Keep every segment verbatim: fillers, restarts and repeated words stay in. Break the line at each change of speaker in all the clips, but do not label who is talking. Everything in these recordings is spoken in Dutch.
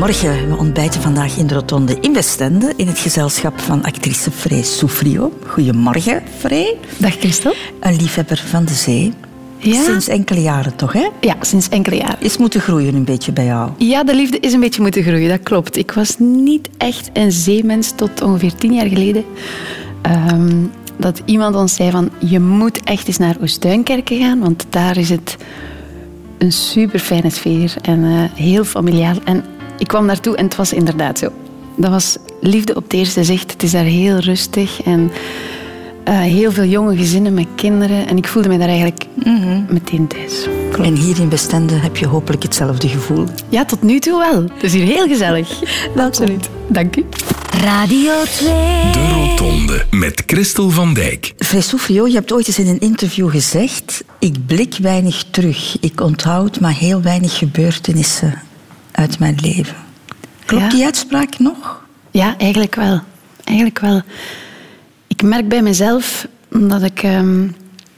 Goedemorgen, we ontbijten vandaag in de Rotonde in Westende in het gezelschap van actrice Frey Soufriot. Goedemorgen, Frey.
Dag Christel.
Een liefhebber van de zee.
Ja.
Sinds enkele jaren toch, hè?
Ja, sinds enkele jaren.
Is moeten groeien een beetje bij jou.
Ja, de liefde is een beetje moeten groeien, dat klopt. Ik was niet echt een zeemens tot ongeveer tien jaar geleden. Um, dat iemand ons zei van, je moet echt eens naar Oostduinkerke gaan, want daar is het een super fijne sfeer en uh, heel familiaal. En ik kwam daartoe en het was inderdaad zo. Dat was liefde op het eerste zicht. Het is daar heel rustig en uh, heel veel jonge gezinnen met kinderen. En ik voelde me daar eigenlijk mm-hmm. meteen thuis.
Klopt. En hier in Westende heb je hopelijk hetzelfde gevoel.
Ja, tot nu toe wel. Het is hier heel gezellig.
Absoluut.
Dank u.
Radio twee.
De Rotonde met Christel van Dijk.
Frey Soufriot, je hebt ooit eens in een interview gezegd: ik blik weinig terug. Ik onthoud maar heel weinig gebeurtenissen uit mijn leven. Klopt ja. die uitspraak nog?
Ja, eigenlijk wel. Eigenlijk wel. Ik merk bij mezelf dat ik um,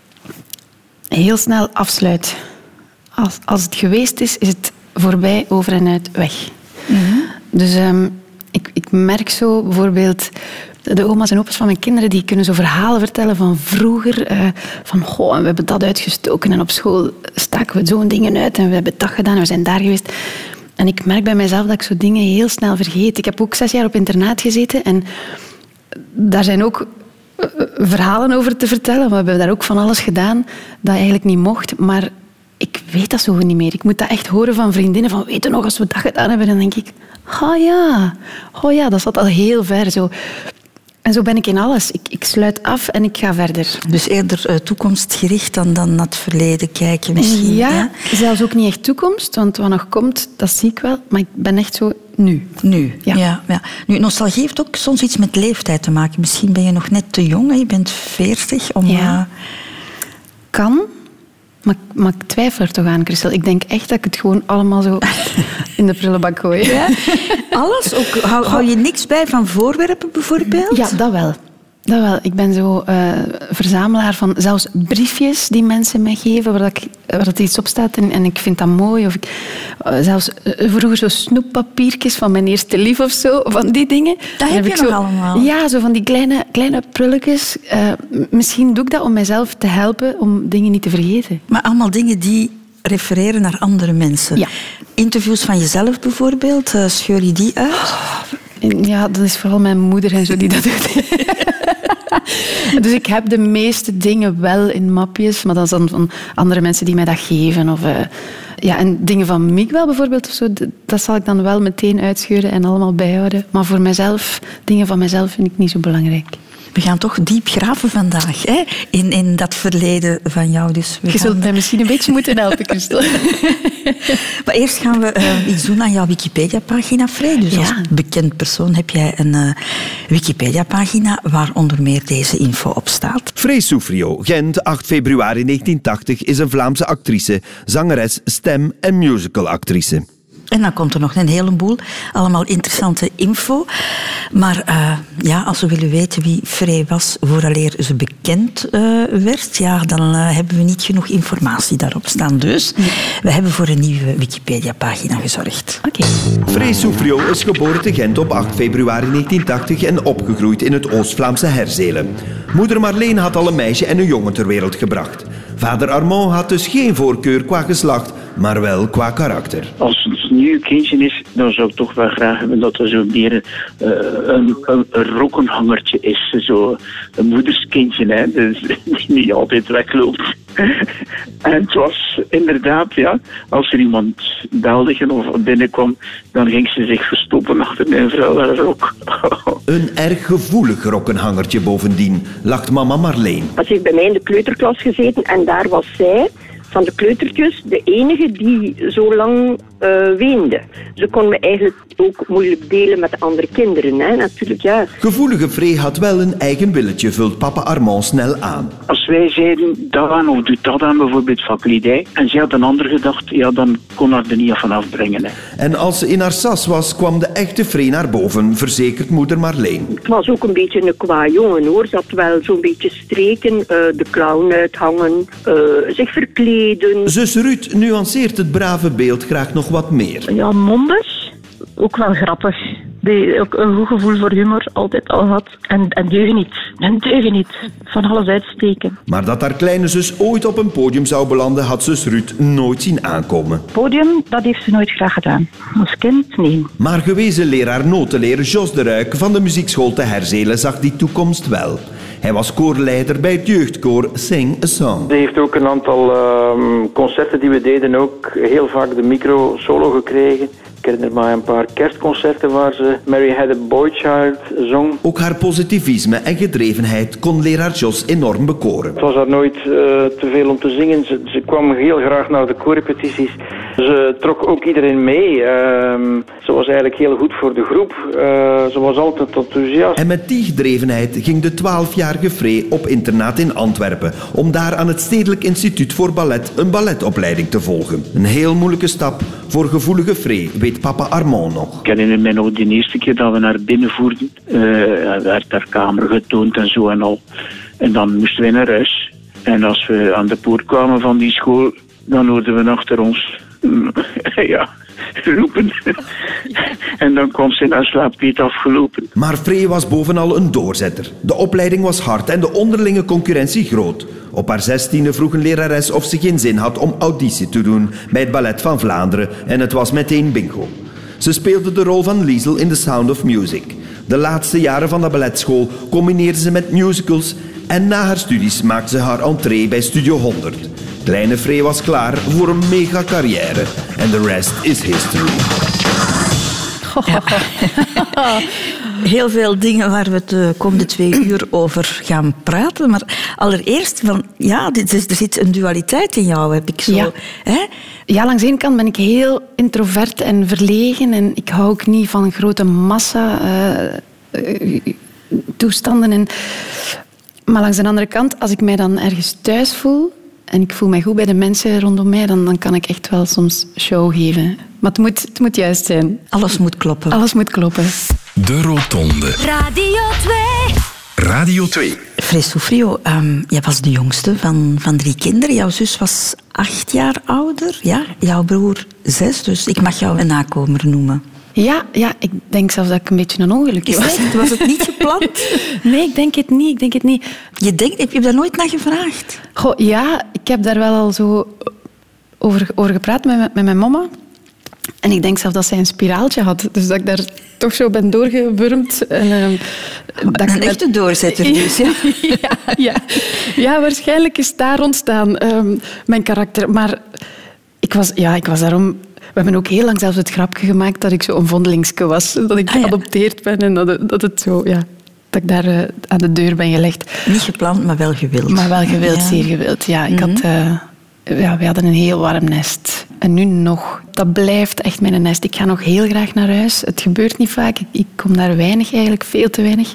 heel snel afsluit. Als, als het geweest is, is het voorbij, over en uit, weg. Mm-hmm. Dus um, ik, ik merk zo bijvoorbeeld de oma's en opa's van mijn kinderen, die kunnen zo verhalen vertellen van vroeger. Uh, van, goh, we hebben dat uitgestoken en op school staken we zo'n dingen uit en we hebben dat gedaan en we zijn daar geweest. En ik merk bij mezelf dat ik zo dingen heel snel vergeet. Ik heb ook zes jaar op internaat gezeten en daar zijn ook verhalen over te vertellen. We hebben daar ook van alles gedaan dat eigenlijk niet mocht. Maar ik weet dat zo niet meer. Ik moet dat echt horen van vriendinnen. Van, weet je nog, als we dat gedaan hebben, dan denk ik, oh ja, oh ja, dat zat al heel ver. Zo. En zo ben ik in alles. Ik, ik sluit af en ik ga verder.
Dus eerder uh, toekomstgericht dan, dan naar het verleden kijken misschien.
Ja,
ja,
zelfs ook niet echt toekomst. Want wat nog komt, dat zie ik wel. Maar ik ben echt zo nu.
Nu, ja. ja, ja. Nu, nostalgie heeft ook soms iets met leeftijd te maken. Misschien ben je nog net te jong. Hè? Je bent veertig. Om,
ja.
uh...
Kan. Maar, maar ik twijfel er toch aan, Christel. Ik denk echt dat ik het gewoon allemaal zo in de prullenbak gooi.
Ja? Alles? Ook, hou, hou je niks bij van voorwerpen bijvoorbeeld?
Ja, dat wel. Dat wel. Ik ben zo uh, verzamelaar van zelfs briefjes die mensen mij geven, waar, ik, waar er iets op staat en, en ik vind dat mooi. Of ik, uh, zelfs uh, vroeger zo snoeppapiertjes van mijn eerste lief of zo, van die dingen.
Dat heb, heb je nog zo, allemaal?
Ja, zo van die kleine, kleine prulletjes. Uh, misschien doe ik dat om mijzelf te helpen om dingen niet te vergeten.
Maar allemaal dingen die refereren naar andere mensen?
Ja.
Interviews van jezelf bijvoorbeeld, uh, scheur je die uit?
Oh, ja, dat is vooral mijn moeder en zo die dat doet. Dus ik heb de meeste dingen wel in mapjes, maar dat is dan van andere mensen die mij dat geven. Of, uh, ja, en dingen van Miguel bijvoorbeeld, of zo, dat zal ik dan wel meteen uitscheuren en allemaal bijhouden. Maar voor mezelf, dingen van mezelf vind ik niet zo belangrijk.
We gaan toch diep graven vandaag, hè? In, in dat verleden van jou. Dus we
Je
gaan...
zult mij misschien een beetje moeten helpen, Christel.
Maar eerst gaan we uh, iets doen aan jouw Wikipedia-pagina, Frey. Dus ja. Als bekend persoon heb jij een uh, Wikipedia-pagina waar onder meer deze info op staat.
Frey Soufriot, Gent, acht februari negentien tachtig, is een Vlaamse actrice, zangeres, stem- en musicalactrice.
En dan komt er nog een heleboel, allemaal interessante info. Maar uh, ja, als we willen weten wie Frey was vooraleer ze bekend uh, werd, ja, dan uh, hebben we niet genoeg informatie daarop staan. Dus nee. we hebben voor een nieuwe Wikipedia-pagina gezorgd.
Oké. Okay.
Frey Soufriot is geboren te Gent op acht februari negentien tachtig en opgegroeid in het Oost-Vlaamse Herzelen. Moeder Marleen had al een meisje en een jongen ter wereld gebracht. Vader Armand had dus geen voorkeur qua geslacht, maar wel qua karakter.
Als het nu een kindje is, dan zou ik toch wel graag hebben dat er zo meer uh, een, een, een rokkenhangertje is. Zo een moederskindje, hè, dus, die niet altijd wegloopt. En het was inderdaad, ja, als er iemand belde of binnenkwam, dan ging ze zich verstoppen achter mijn vrouw haar rok.
Een erg gevoelig rokkenhangertje bovendien, lacht mama Marleen.
Als ik bij mij in de kleuterklas gezeten en daar was zij van de kleutertjes de enige die zo lang uh, weende. Ze kon me eigenlijk ook moeilijk delen met de andere kinderen, hè, natuurlijk, ja.
Gevoelige Frey had wel een eigen willetje, vult papa Armand snel aan.
Als wij zeiden dat aan of doe dat aan, bijvoorbeeld van kledij, en zij had een ander gedacht, ja, dan kon haar er niet van afbrengen. Hè.
En als ze in haar sas was, kwam de echte Frey naar boven, verzekert moeder Marleen.
Het was ook een beetje een qua jongen, hoor. Ze had wel zo'n beetje streken, uh, de clown uithangen, uh, zich verkleden.
Zus Ruud nuanceert het brave beeld graag nog wat meer.
Ja, mombes.
ook wel grappig. Die ook een goed gevoel voor humor altijd al had. En, en deugen niet. En deugen niet. Van alles uitsteken.
Maar dat haar kleine zus ooit op een podium zou belanden, had zus Ruud nooit zien aankomen.
Podium, dat heeft ze nooit graag gedaan. Als kind, nee.
Maar gewezen leraar notenleer Jos de Ruik van de muziekschool te Herzelen zag die toekomst wel. Hij was koorleider bij het jeugdkoor Sing a Song.
Ze heeft ook een aantal uh, concerten die we deden ook heel vaak de micro solo gekregen. Ik herinner me een paar kerstconcerten waar ze Mary Had a Boy Child zong.
Ook haar positivisme en gedrevenheid kon leraar Jos enorm bekoren.
Het was haar nooit uh, te veel om te zingen. Ze, ze kwam heel graag naar de koorrepetities. Ze trok ook iedereen mee. Uh, ze was eigenlijk heel goed voor de groep. Uh, ze was altijd enthousiast.
En met die gedrevenheid ging de twaalfjarige Free op internaat in Antwerpen om daar aan het Stedelijk Instituut voor Ballet een balletopleiding te volgen. Een heel moeilijke stap voor gevoelige Free, weet papa Armand nog.
Ik herinner me nog de eerste keer dat we naar binnen voerden. Uh, werd haar kamer getoond en zo en al. En dan moesten wij naar huis. En als we aan de poort kwamen van die school, dan hoorden we achter ons ja, roepen. En dan kwam ze naar slaapkleed afgelopen.
Maar Free was bovenal een doorzetter. De opleiding was hard en de onderlinge concurrentie groot. Op haar zestiende vroeg een lerares of ze geen zin had om auditie te doen bij het Ballet van Vlaanderen en het was meteen bingo. Ze speelde de rol van Liesel in The Sound of Music. De laatste jaren van de balletschool combineerde ze met musicals en na haar studies maakte ze haar entree bij Studio honderd. Kleine Free was klaar voor een mega carrière en de rest is history.
Ja. Heel veel dingen waar we de komende twee uur over gaan praten. Maar allereerst, van, ja, er zit een dualiteit in jou, heb ik zo.
Ja.
Hè?
Ja, langs de ene kant ben ik heel introvert en verlegen. En ik hou ook niet van grote massa uh, toestanden. En... Maar langs de andere kant, als ik mij dan ergens thuis voel en ik voel mij goed bij de mensen rondom mij, dan, dan kan ik echt wel soms show geven. Maar het moet, het moet juist zijn.
Alles moet kloppen.
Alles moet kloppen.
De Rotonde.
Radio twee.
Radio twee.
Free Soufriou, um, jij was de jongste van, van drie kinderen. Jouw zus was acht jaar ouder. Ja? Jouw broer zes, dus ik mag jou een nakomer noemen.
Ja, ja, ik denk zelfs dat ik een beetje een ongelukje was.
Was het niet gepland?
Nee, ik denk het niet. Ik denk het niet.
Je denkt, heb je daar nooit naar gevraagd?
Goh, ja, ik heb daar wel al zo over, over gepraat met, met mijn mama. En ik denk zelfs dat zij een spiraaltje had. Dus dat ik daar toch zo ben doorgewurmd. En, uh, dat
een echte doorzetter dus, ja.
ja, ja. Ja, waarschijnlijk is daar ontstaan um, mijn karakter. Maar ik was, ja, ik was daarom... We hebben ook heel lang zelfs het grapje gemaakt dat ik zo een vondelingske was. Dat ik geadopteerd ben en dat het, dat het zo... Ja, dat ik daar uh, aan de deur ben gelegd.
Niet gepland, maar wel gewild.
Maar wel gewild, ja. Zeer gewild. Ja, ik mm-hmm. had... Uh, Ja, we hadden een heel warm nest. En nu nog. Dat blijft echt mijn nest. Ik ga nog heel graag naar huis. Het gebeurt niet vaak. Ik, ik kom daar weinig eigenlijk, veel te weinig.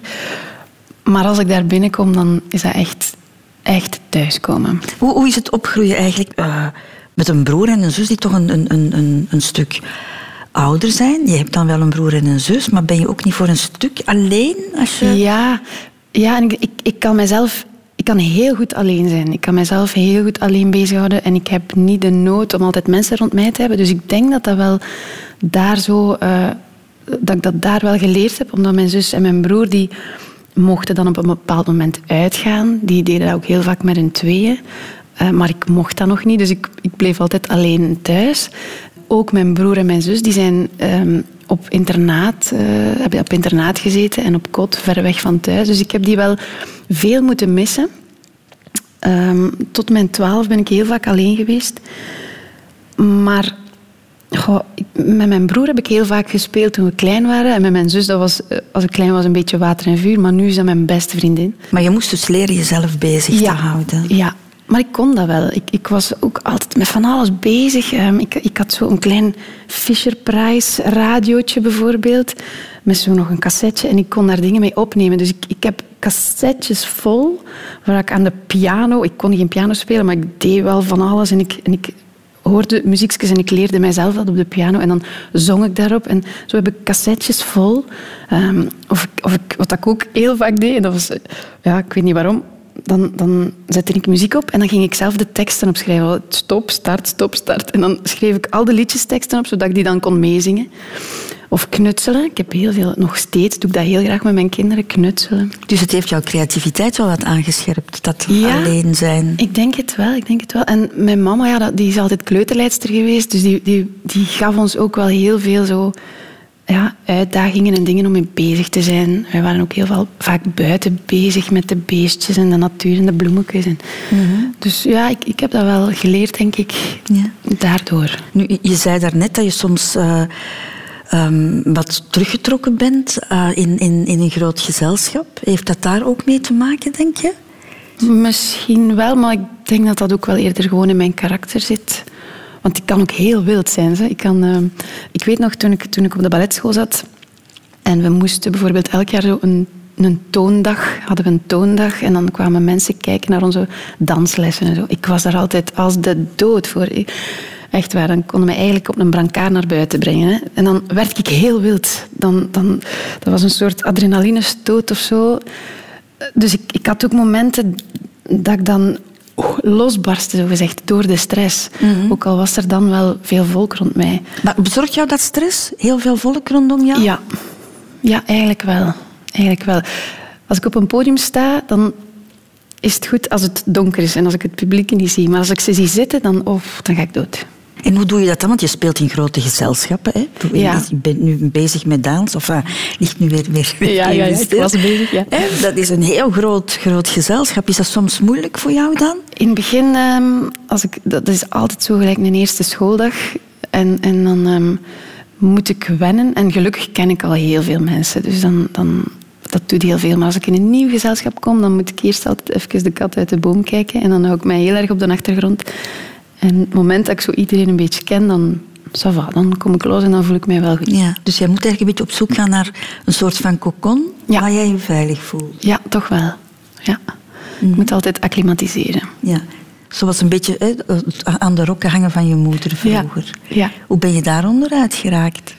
Maar als ik daar binnenkom, dan is dat echt, echt thuiskomen.
Hoe, hoe is het opgroeien eigenlijk uh, met een broer en een zus die toch een, een, een, een stuk ouder zijn? Je hebt dan wel een broer en een zus, maar ben je ook niet voor een stuk alleen? Als je...
Ja, ja en ik, ik, ik kan mezelf... Ik kan heel goed alleen zijn. Ik kan mezelf heel goed alleen bezighouden. En ik heb niet de nood om altijd mensen rond mij te hebben. Dus ik denk dat dat wel daar zo... Uh, dat ik dat daar wel geleerd heb. Omdat mijn zus en mijn broer, die mochten dan op een bepaald moment uitgaan. Die deden dat ook heel vaak met hun tweeën. Uh, maar ik mocht dat nog niet. Dus ik, ik bleef altijd alleen thuis. Ook mijn broer en mijn zus, die zijn... Um, op internaat, uh, hebben op internaat gezeten en op kot, ver weg van thuis. Dus ik heb die wel veel moeten missen. Um, tot mijn twaalf ben ik heel vaak alleen geweest. Maar goh, met mijn broer heb ik heel vaak gespeeld toen we klein waren. En met mijn zus, dat was, als ik klein was, een beetje water en vuur. Maar nu is dat mijn beste vriendin.
Maar je moest dus leren jezelf bezig
ja,
te houden.
Ja, maar ik kon dat wel. Ik, ik was ook altijd met van alles bezig. Um, ik, ik had zo een klein Fisher-Price radiootje bijvoorbeeld. Met zo nog een cassetje. En ik kon daar dingen mee opnemen. Dus ik, ik heb cassettes vol. Waar ik aan de piano... Ik kon geen piano spelen, maar ik deed wel van alles. En ik, en ik hoorde muziekjes en ik leerde mijzelf dat op de piano. En dan zong ik daarop. En zo heb ik cassettes vol. Um, of ik, of ik, wat ik ook heel vaak deed, en dat was... Ja, ik weet niet waarom... Dan, dan zette ik muziek op en dan ging ik zelf de teksten opschrijven. Stop, start, stop, start. En dan schreef ik al de liedjesteksten op, zodat ik die dan kon meezingen. Of knutselen. Ik heb heel veel, nog steeds doe ik dat heel graag met mijn kinderen, knutselen.
Dus het heeft jouw creativiteit wel wat aangescherpt, dat
Ja,
alleen zijn.
Ik denk het wel, ik denk het wel. En mijn mama, ja, dat- die is altijd kleuterleidster geweest, dus die, die, die gaf ons ook wel heel veel zo, ja, uitdagingen en dingen om mee bezig te zijn. Wij waren ook heel veel, vaak buiten bezig met de beestjes en de natuur en de bloemetjes. En,
Mm-hmm.
Dus ja, ik, ik heb dat wel geleerd, denk ik,
Ja.
daardoor.
Nu, je zei daarnet dat je soms uh, um, wat teruggetrokken bent uh, in, in, in een groot gezelschap. Heeft dat daar ook mee te maken, denk je?
Misschien wel, maar ik denk dat dat ook wel eerder gewoon in mijn karakter zit. Want ik kan ook heel wild zijn. Hè. Ik, kan, uh, ik weet nog, toen ik, toen ik op de balletschool zat en we moesten bijvoorbeeld elk jaar zo een, een toondag, hadden we een toondag en dan kwamen mensen kijken naar onze danslessen en zo. Ik was daar altijd als de dood voor. Echt waar, dan konden we mij eigenlijk op een brancard naar buiten brengen. Hè. En dan werd ik heel wild. Dan, dan, dat was een soort adrenalinestoot of zo. Dus ik, ik had ook momenten dat ik dan losbarstte, zogezegd, door de stress. Mm-hmm. Ook al was er dan wel veel volk rond mij.
Maar bezorgt jou dat stress? Heel veel volk rondom jou?
Ja, ja eigenlijk wel. Eigenlijk wel. Als ik op een podium sta, dan is het goed als het donker is en als ik het publiek niet zie. Maar als ik ze zie zitten, dan, oh, dan ga ik dood.
En hoe doe je dat dan? Want je speelt in grote gezelschappen. Hè?
Ja.
Je bent nu bezig met dans. Of uh, ligt nu weer, weer, weer
ja, ja, ja, ik was bezig, ja.
Dat is een heel groot, groot gezelschap. Is dat soms moeilijk voor jou dan?
In het begin, um, als ik, dat is altijd zo gelijk een eerste schooldag. En, en dan um, moet ik wennen. En gelukkig ken ik al heel veel mensen. Dus dan, dan, dat doet heel veel. Maar als ik in een nieuw gezelschap kom, dan moet ik eerst altijd even de kat uit de boom kijken. En dan hou ik mij heel erg op de achtergrond. En het moment dat ik zo iedereen een beetje ken, dan, ça va, dan kom ik los en dan voel ik mij wel goed.
Ja, dus jij moet eigenlijk een beetje op zoek gaan naar een soort van cocon,
ja.
waar jij je veilig voelt.
Ja, toch wel. Ja. Mm. Ik moet altijd acclimatiseren.
Ja. Zoals een beetje hè, aan de rokken hangen van je moeder vroeger.
Ja. Ja.
Hoe ben je daar onderuit geraakt?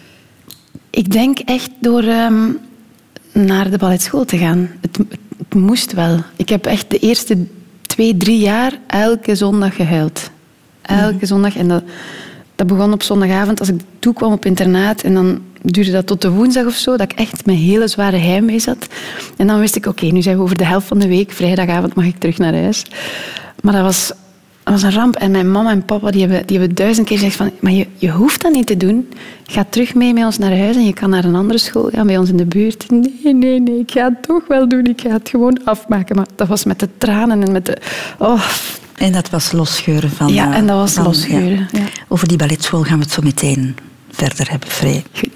Ik denk echt door um, naar de balletschool te gaan. Het, het, het moest wel. Ik heb echt de eerste twee, drie jaar elke zondag gehuild. Elke mm. zondag. En dat, dat begon op zondagavond als ik toekwam op internaat. En dan duurde dat tot de woensdag of zo, dat ik echt met hele zware heimwee zat. En dan wist ik, oké, okay, nu zijn we over de helft van de week. Vrijdagavond mag ik terug naar huis. Maar dat was, dat was een ramp. En mijn mama en papa die hebben, die hebben duizend keer gezegd van, maar je, je hoeft dat niet te doen. Ga terug mee met ons naar huis en je kan naar een andere school gaan, bij ons in de buurt. Nee, nee, nee, ik ga het toch wel doen. Ik ga het gewoon afmaken. Maar dat was met de tranen en met de... Oh.
En dat was losscheuren van...
Ja, en dat was
van,
losscheuren.
Ja.
Ja.
Over die balletschool gaan we het zo meteen verder hebben, Frey.
Goed.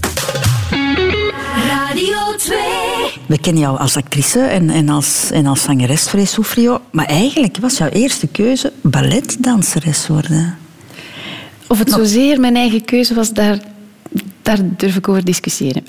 Radio twee.
We kennen jou als actrice en, en, als, en als zangeres, Frey Soufriot. Maar eigenlijk was jouw eerste keuze balletdanseres worden.
Of het Nog... zozeer mijn eigen keuze was, daar, daar durf ik over discussiëren.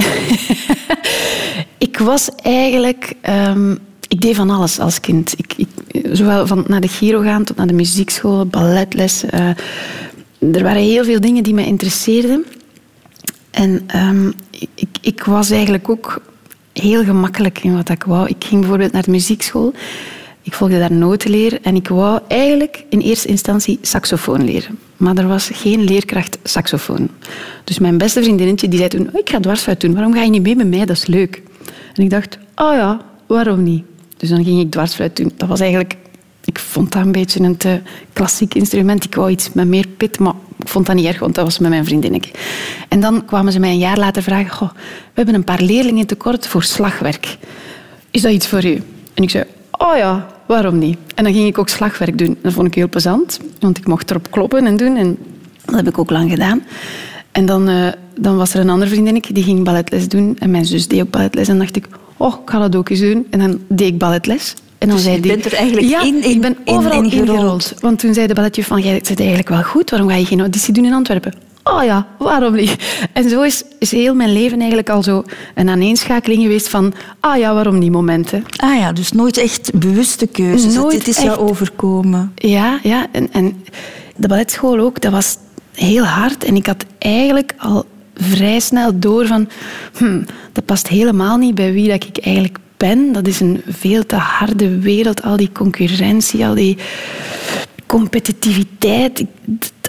Ik was eigenlijk... Um, ik deed van alles als kind. Ik, ik, zowel van naar de Giro gaan tot naar de muziekschool, balletles. Uh, er waren heel veel dingen die mij interesseerden. En um, ik, ik was eigenlijk ook heel gemakkelijk in wat ik wou. Ik ging bijvoorbeeld naar de muziekschool. Ik volgde daar notenleer. En ik wou eigenlijk in eerste instantie saxofoon leren. Maar er was geen leerkracht saxofoon. Dus mijn beste vriendinnetje die zei toen... Oh, ik ga dwarsfluit doen. Waarom ga je niet mee met mij? Dat is leuk. En ik dacht... Oh ja, waarom niet? Dus dan ging ik dwarsfluit doen. Dat was eigenlijk... Ik vond dat een beetje een te klassiek instrument. Ik wou iets met meer pit, maar ik vond dat niet erg, want dat was met mijn vriendinnetje. En dan kwamen ze mij een jaar later vragen... Goh, we hebben een paar leerlingen tekort voor slagwerk. Is dat iets voor u? En ik zei... Oh ja, waarom niet? En dan ging ik ook slagwerk doen. Dat vond ik heel plezant, want ik mocht erop kloppen en doen. En dat heb ik ook lang gedaan. En dan, uh, dan was er een ander vriendinnetje die ging balletles doen. En mijn zus deed ook balletles. En dan dacht ik... Oh, ik ga dat ook eens doen. En dan deed ik balletles. En dan
dus
zei
je
die,
bent er eigenlijk
ja,
in, in
ik ben overal
in, in
ingerold. Want toen zei de balletjuf van, jij zit eigenlijk wel goed. Waarom ga je geen auditie doen in Antwerpen? Oh ja, waarom niet? En zo is, is heel mijn leven eigenlijk al zo een aaneenschakeling geweest van... Ah ja, waarom niet momenten?
Ah ja, dus nooit echt bewuste keuzes.
Nooit
het is
echt...
jou overkomen.
Ja, ja. En, en de balletschool ook, dat was heel hard. En ik had eigenlijk al vrij snel door van... Hm, dat past helemaal niet bij wie dat ik eigenlijk ben. Dat is een veel te harde wereld. Al die concurrentie, al die competitiviteit.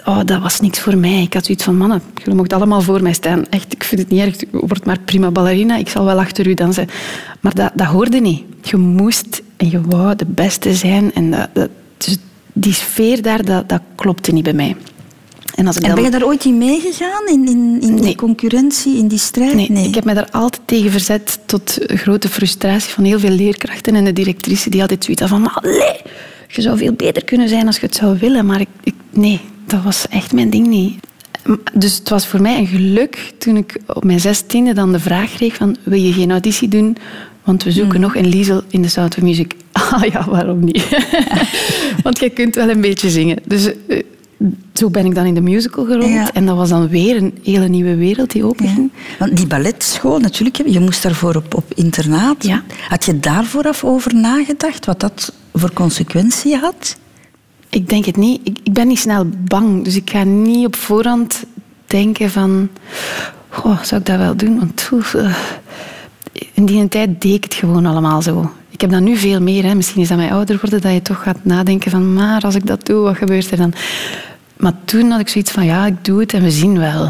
oh, dat was niks voor mij. Ik had zoiets van, mannen, jullie mogen allemaal voor mij staan. Echt, ik vind het niet erg, word maar prima ballerina. Ik zal wel achter u dansen. Maar dat, dat hoorde niet. Je moest en je wou de beste zijn. En dat, dat, dus die sfeer daar, dat, dat klopte niet bij mij. En, als ik
en
dan...
ben je daar ooit in meegegaan, in, in, in die
nee.
concurrentie, in die strijd?
Nee,
nee,
ik heb me daar altijd tegen verzet, tot grote frustratie van heel veel leerkrachten en de directrice die altijd zoiets hadden van, allee, je zou veel beter kunnen zijn als je het zou willen. Maar ik, ik, nee, dat was echt mijn ding niet. Dus het was voor mij een geluk toen ik op mijn zestiende dan de vraag kreeg van, wil je geen auditie doen? Want we zoeken mm. nog een Liesel in de Sound of Music. Ah ja, waarom niet? Want jij kunt wel een beetje zingen. Dus uh, zo ben ik dan in de musical gerold. Ja. En dat was dan weer een hele nieuwe wereld die openging.
Ja. Want die balletschool, natuurlijk, je moest daarvoor op, op internaat.
Ja.
Had je daar vooraf over nagedacht, wat dat voor consequentie had?
Ik denk het niet. Ik, ik ben niet snel bang. Dus ik ga niet op voorhand denken van... Goh, zou ik dat wel doen? Want oef, uh, in die tijd deed ik het gewoon allemaal zo. Ik heb dat nu veel meer. Hè. Misschien is dat mijn ouder worden dat je toch gaat nadenken van... Maar als ik dat doe, wat gebeurt er dan? Maar toen had ik zoiets van... Ja, ik doe het en we zien wel.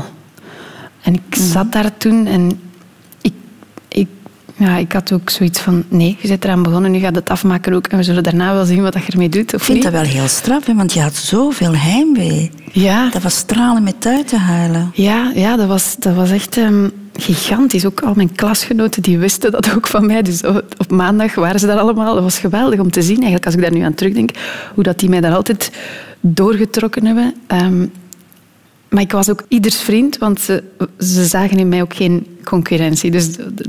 En ik zat daar toen en... Ik, ik, ja, ik had ook zoiets van... Nee, je bent eraan begonnen, nu gaat het afmaken ook. En we zullen daarna wel zien wat je ermee doet. Of
ik vind
niet.
dat wel heel straf, hè, want je had zoveel heimwee.
Ja.
Dat was stralen met uit te huilen.
Ja, ja dat, was, dat was echt um, gigantisch. Ook al mijn klasgenoten die wisten dat ook van mij. Dus op maandag waren ze daar allemaal. Dat was geweldig om te zien, eigenlijk, als ik daar nu aan terugdenk. Hoe dat die mij daar altijd doorgetrokken hebben. Um, maar ik was ook ieders vriend, want ze, ze zagen in mij ook geen concurrentie. Dus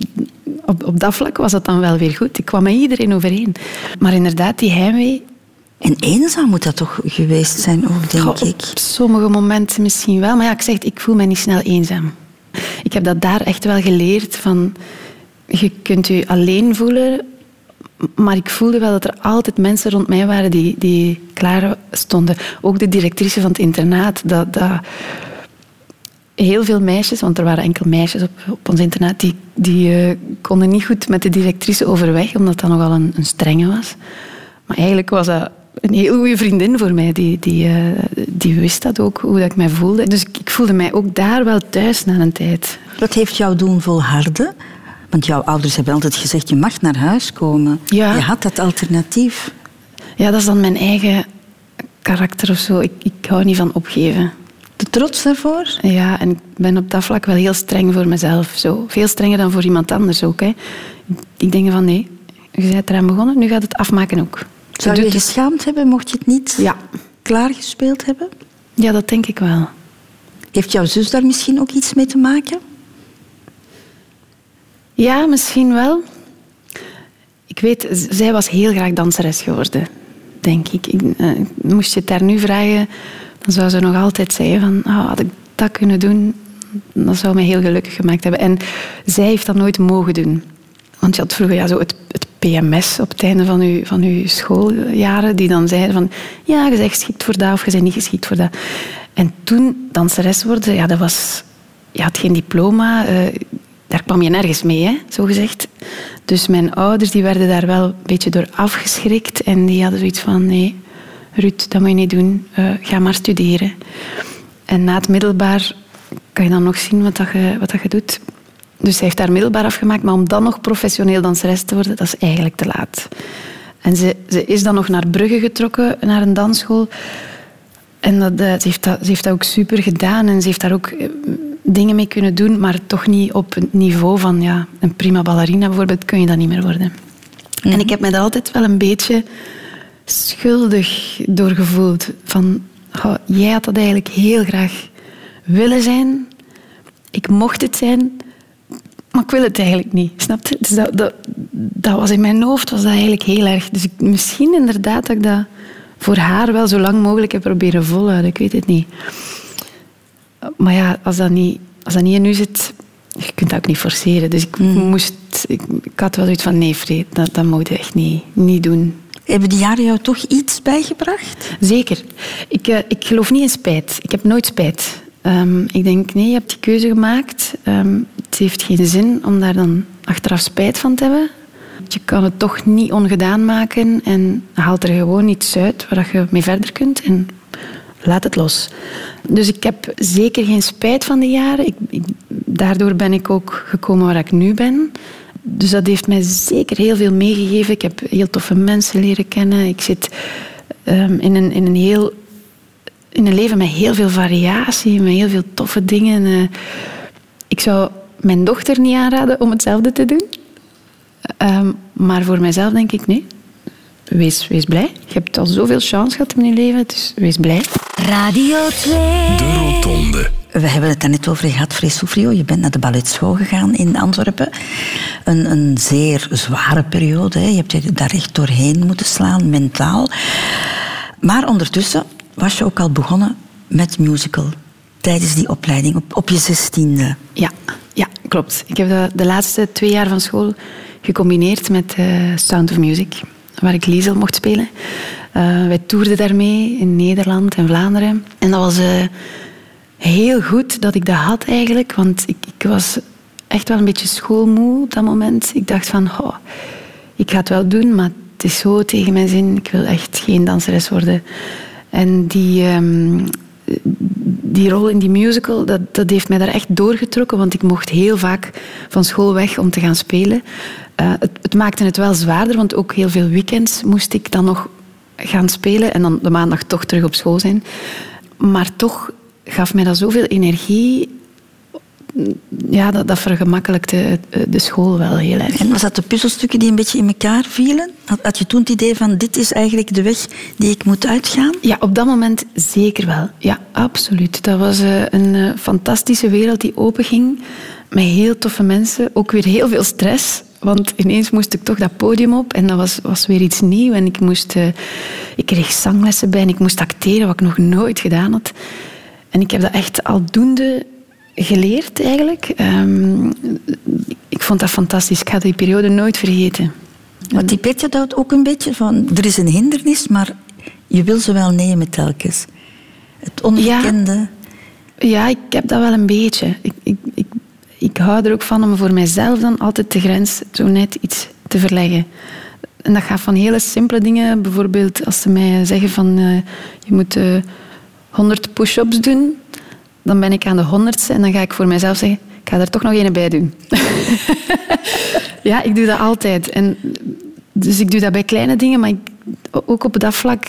op, op dat vlak was dat dan wel weer goed. Ik kwam met iedereen overeen. Maar inderdaad, die heimwee...
En eenzaam moet dat toch geweest zijn ook, denk
Goh,
ik.
Op sommige momenten misschien wel. Maar ja, ik zeg, ik voel mij niet snel eenzaam. Ik heb dat daar echt wel geleerd. Van, je kunt je alleen voelen, maar ik voelde wel dat er altijd mensen rond mij waren die, die klaar stonden. Ook de directrice van het internaat. Dat, dat heel veel meisjes, want er waren enkel meisjes op, op ons internaat, die, die uh, konden niet goed met de directrice overweg, omdat dat nogal een, een strenge was. Maar eigenlijk was dat een heel goede vriendin voor mij. Die, die, uh, die wist dat ook, hoe dat ik mij voelde. Dus ik, ik voelde mij ook daar wel thuis na een tijd.
Wat heeft jou doen volharden? Want jouw ouders hebben altijd gezegd, je mag naar huis komen.
Ja.
Je had dat alternatief.
Ja, dat is dan mijn eigen karakter of zo. Ik, ik hou niet van opgeven.
De trots daarvoor?
Ja, en ik ben op dat vlak wel heel streng voor mezelf. Zo. Veel strenger dan voor iemand anders ook. Hè. Ik denk van nee, je bent eraan begonnen, nu gaat het afmaken ook.
Zou je je geschaamd hebben mocht je het niet
ja.
klaargespeeld hebben?
Ja, dat denk ik wel.
Heeft jouw zus daar misschien ook iets mee te maken?
Ja, misschien wel. Ik weet, zij was heel graag danseres geworden, denk ik. ik uh, moest je het daar nu vragen, dan zou ze nog altijd zeggen van, oh, had ik dat kunnen doen, dat zou mij heel gelukkig gemaakt hebben. En zij heeft dat nooit mogen doen. Want je had vroeger ja, zo het, het P M S op het einde van je, van je schooljaren, die dan zeiden van, ja, je bent geschikt voor dat of je bent niet geschikt voor dat. En toen danseres worden, ja, dat was... Je had geen diploma, uh, daar kwam je nergens mee, hè, zo gezegd. Dus mijn ouders die werden daar wel een beetje door afgeschrikt en die hadden zoiets van, nee, Ruud, dat moet je niet doen, uh, ga maar studeren. En na het middelbaar kan je dan nog zien wat, dat je, wat dat je doet. Dus zij heeft daar middelbaar afgemaakt, maar om dan nog professioneel danseres te worden, dat is eigenlijk te laat. En ze, ze is dan nog naar Brugge getrokken, naar een dansschool. En dat, ze, heeft dat, ze heeft dat ook super gedaan en ze heeft daar ook dingen mee kunnen doen, maar toch niet op het niveau van ja, een prima ballerina bijvoorbeeld, kun je dat niet meer worden. Mm. En ik heb me daar altijd wel een beetje schuldig door gevoeld. Van, oh, jij had dat eigenlijk heel graag willen zijn. Ik mocht het zijn, maar ik wil het eigenlijk niet. Snap je? Dus dat, dat, dat was in mijn hoofd was dat eigenlijk heel erg. Dus ik, misschien inderdaad dat ik dat voor haar wel zo lang mogelijk heb proberen volhouden. Ik weet het niet. Maar ja, als dat niet, als dat niet in u zit, je kunt dat ook niet forceren. Dus ik mm. moest... Ik, ik had wel zoiets van, nee, Freed, dat, dat moet je echt niet, niet doen.
Hebben die jaren jou toch iets bijgebracht?
Zeker. Ik, uh, ik geloof niet in spijt. Ik heb nooit spijt. Um, ik denk, nee, je hebt die keuze gemaakt. Um, het heeft geen zin om daar dan achteraf spijt van te hebben. Je kan het toch niet ongedaan maken en haalt er gewoon iets uit waar je mee verder kunt. En laat het los. Dus ik heb zeker geen spijt van die jaren. Ik, ik, daardoor ben ik ook gekomen waar ik nu ben. Dus dat heeft mij zeker heel veel meegegeven. Ik heb heel toffe mensen leren kennen. Ik zit um, in, een, in, een heel, in een leven met heel veel variatie, met heel veel toffe dingen. Uh, ik zou mijn dochter niet aanraden om hetzelfde te doen. Um, maar voor mijzelf denk ik, nee. Wees, wees blij. Je hebt al zoveel chance gehad in je leven, dus wees blij.
Radio twee.
De Rotonde.
We hebben het daar net over gehad, Free Soufrio. Je bent naar de balletschool gegaan in Antwerpen. Een, een zeer zware periode. Hè. Je hebt je daar echt doorheen moeten slaan, mentaal. Maar ondertussen was je ook al begonnen met musical. Tijdens die opleiding, op, op je zestiende.
Ja, ja, klopt. Ik heb de, de laatste twee jaar van school gecombineerd met uh, Sound of Music, waar ik Liesel mocht spelen. Uh, wij toerden daarmee in Nederland en Vlaanderen. En dat was uh, heel goed dat ik dat had eigenlijk, want ik, ik was echt wel een beetje schoolmoe op dat moment. Ik dacht van, oh, ik ga het wel doen, maar het is zo tegen mijn zin. Ik wil echt geen danseres worden. En die... Um, Die rol in die musical, dat, dat heeft mij daar echt doorgetrokken, want ik mocht heel vaak van school weg om te gaan spelen. Uh, het, het maakte het wel zwaarder, want ook heel veel weekends moest ik dan nog gaan spelen en dan de maandag toch terug op school zijn. Maar toch gaf mij dat zoveel energie. Ja, dat, dat vergemakkelijkte de school wel heel erg.
En was dat de puzzelstukken die een beetje in elkaar vielen? Had, had je toen het idee van, dit is eigenlijk de weg die ik moet uitgaan?
Ja, op dat moment zeker wel. Ja, absoluut. Dat was uh, een uh, fantastische wereld die openging. Met heel toffe mensen. Ook weer heel veel stress. Want ineens moest ik toch dat podium op. En dat was, was weer iets nieuws. En ik, moest, uh, ik kreeg zanglessen bij. En ik moest acteren, wat ik nog nooit gedaan had. En ik heb dat echt aldoende geleerd eigenlijk. Um, ik vond dat fantastisch. Ik ga die periode nooit vergeten.
Wat typeert je dat ook een beetje van? Er is een hindernis, maar je wil ze wel nemen telkens. Het onbekende.
Ja, ja, ik heb dat wel een beetje. Ik, ik, ik, ik hou er ook van om voor mijzelf dan altijd de grens zo net iets te verleggen. En dat gaat van hele simpele dingen. Bijvoorbeeld als ze mij zeggen van uh, je moet uh, honderd push-ups doen. Dan ben ik aan de honderdste en dan ga ik voor mijzelf zeggen, ik ga er toch nog een bij doen. Ja, ik doe dat altijd. En dus ik doe dat bij kleine dingen, maar ik, ook op dat vlak...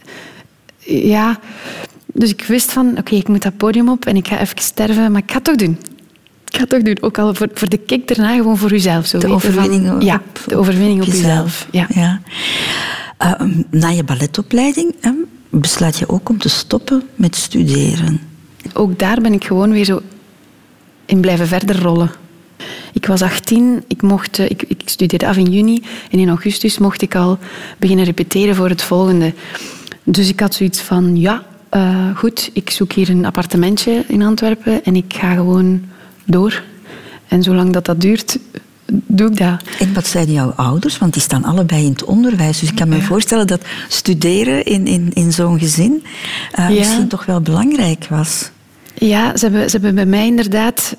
Ja, dus ik wist van, oké, okay, ik moet dat podium op en ik ga even sterven, maar ik ga het toch doen. Ik ga het toch doen. Ook al voor, voor de kick daarna, gewoon voor uzelf. Zo
de overwinning
van,
op,
ja, de overwinning op, op
jezelf.
jezelf. Ja.
Ja. Uh, na je balletopleiding uh, besluit je ook om te stoppen met studeren.
Ook daar ben ik gewoon weer zo in blijven verder rollen. Ik was achttien, ik, mocht, ik, ik studeerde af in juni en in augustus mocht ik al beginnen repeteren voor het volgende. Dus ik had zoiets van, ja, uh, goed, ik zoek hier een appartementje in Antwerpen en ik ga gewoon door. En zolang dat dat duurt, doe ik dat.
En wat zeiden jouw ouders? Want die staan allebei in het onderwijs. Dus ik kan me ja. voorstellen dat studeren in, in, in zo'n gezin uh, ja. misschien toch wel belangrijk was.
Ja, ze hebben, ze hebben bij mij inderdaad